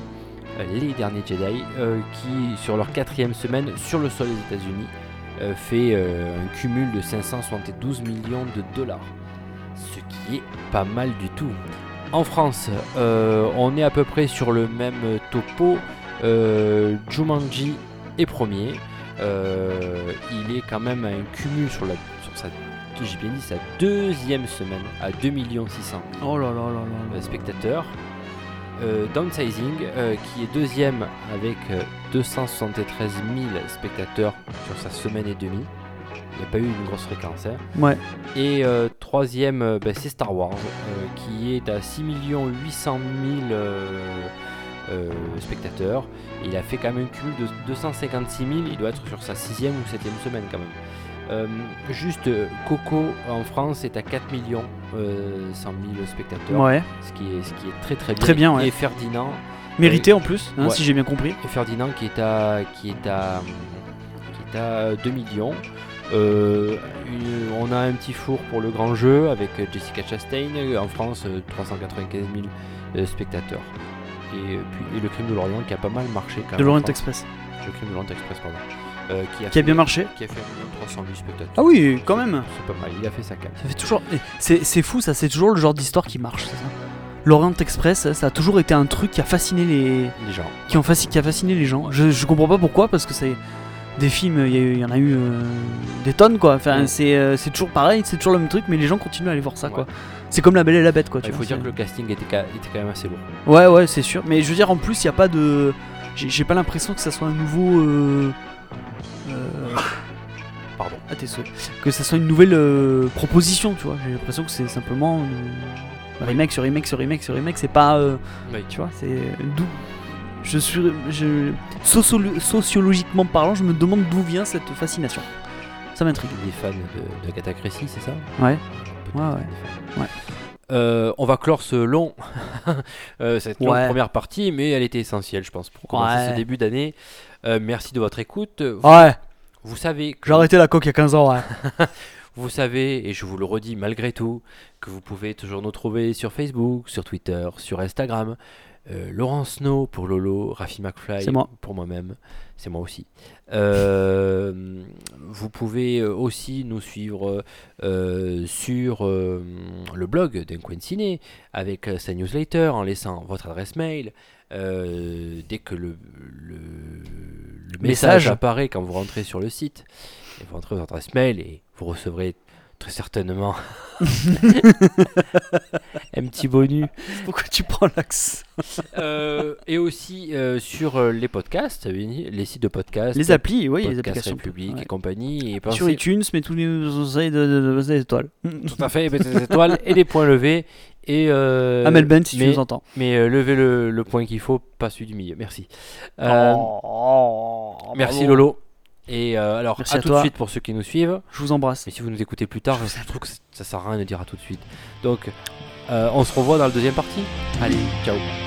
Qui sur leur quatrième semaine sur le sol des États-Unis fait un cumul de 572 millions de dollars. Ce qui est pas mal du tout. En France, on est à peu près sur le même topo. Jumanji est premier. Il est quand même à un cumul sur sa, j'ai bien dit, sa deuxième semaine à 2 600 000 Oh là là là là. spectateurs. Downsizing qui est deuxième avec 273 000 spectateurs sur sa semaine et demie. Il n'y a pas eu une grosse fréquence. Hein. Ouais. Et troisième, c'est Star Wars qui est à 6 800 000 spectateurs. Et il a fait quand même un cumul de 256 000. Il doit être sur sa sixième ou septième semaine quand même. Juste Coco en France est à 4 100 000 spectateurs. Ouais. Ce qui est très très bien. Très bien, ouais. Et Ferdinand. Mérité en plus, hein, Ouais. si j'ai bien compris. Et Ferdinand qui est à 2 millions. On a un petit four pour le grand jeu avec Jessica Chastain en France, 395 000 spectateurs. Et le Crime de l'Orient qui a pas mal marché quand même. De en l'Orient France. Express. Le Crime de l'Orient Express, pardon. Qui a bien marché. Qui a fait 1 300 000 spectateurs. Ah oui, quand même. C'est pas mal, il a fait sa carte. Ça fait toujours. C'est fou, ça, c'est toujours le genre d'histoire qui marche, c'est ça. L'Orient Express, ça a toujours été un truc qui a fasciné les gens. Qui a fasciné les gens. Je comprends pas pourquoi, parce que c'est des films, il y en a eu des tonnes quoi. Enfin, Ouais. c'est toujours pareil, c'est toujours le même truc, mais les gens continuent à aller voir ça Ouais. quoi. C'est comme La Belle et la Bête quoi. Il faut dire que le casting était quand même assez lourd. Ouais, c'est sûr. Mais je veux dire, en plus, il y a pas de. J'ai pas l'impression que ça soit un nouveau. Pardon. Ah, t'es souhaits. Que ça soit une nouvelle proposition, tu vois. J'ai l'impression que c'est simplement remake sur remake sur remake sur remake. C'est pas. Oui. Tu vois, c'est d'où. Sociologiquement parlant, je me demande d'où vient cette fascination. Ça m'intrigue. Des fans de Agatha Christie, c'est ça? Ouais. Peut-être Ouais. des fans. Ouais. On va clore ce cette longue Ouais. première partie, mais elle était essentielle, je pense, pour commencer Ouais. ce début d'année. Merci de votre écoute. Ouais. Vous savez que J'ai arrêté la coque il y a 15 ans. Ouais. Vous savez, et je vous le redis malgré tout, que vous pouvez toujours nous trouver sur Facebook, sur Twitter, sur Instagram. Laurent Snow pour Lolo, Rafi McFly C'est moi. pour moi-même, c'est moi aussi. Vous pouvez aussi nous suivre sur le blog d'un coin de ciné avec sa newsletter en laissant votre adresse mail. Dès que le message apparaît quand vous rentrez sur le site, et vous rentrez votre adresse mail et vous recevrez très certainement un petit bonus. Pourquoi tu prends l'axe? Et aussi sur les podcasts, les sites de podcasts, Les applis, oui, les Podcast applications. République Ouais. et compagnie. Et Sur iTunes, mais tous les conseils des étoiles. tout à fait, mettez des étoiles et des points levés. Et Amel Ben, si tu nous entends. Mais levez le point qu'il faut, pas celui du milieu. Merci. Merci bravo. Lolo. Et alors, Merci à à tout de toi. suite pour ceux qui nous suivent. Je vous embrasse. Mais si vous nous écoutez plus tard, je trouve que ça sert à rien de dire à tout de suite. Donc, on se revoit dans la deuxième partie. Allez, ciao.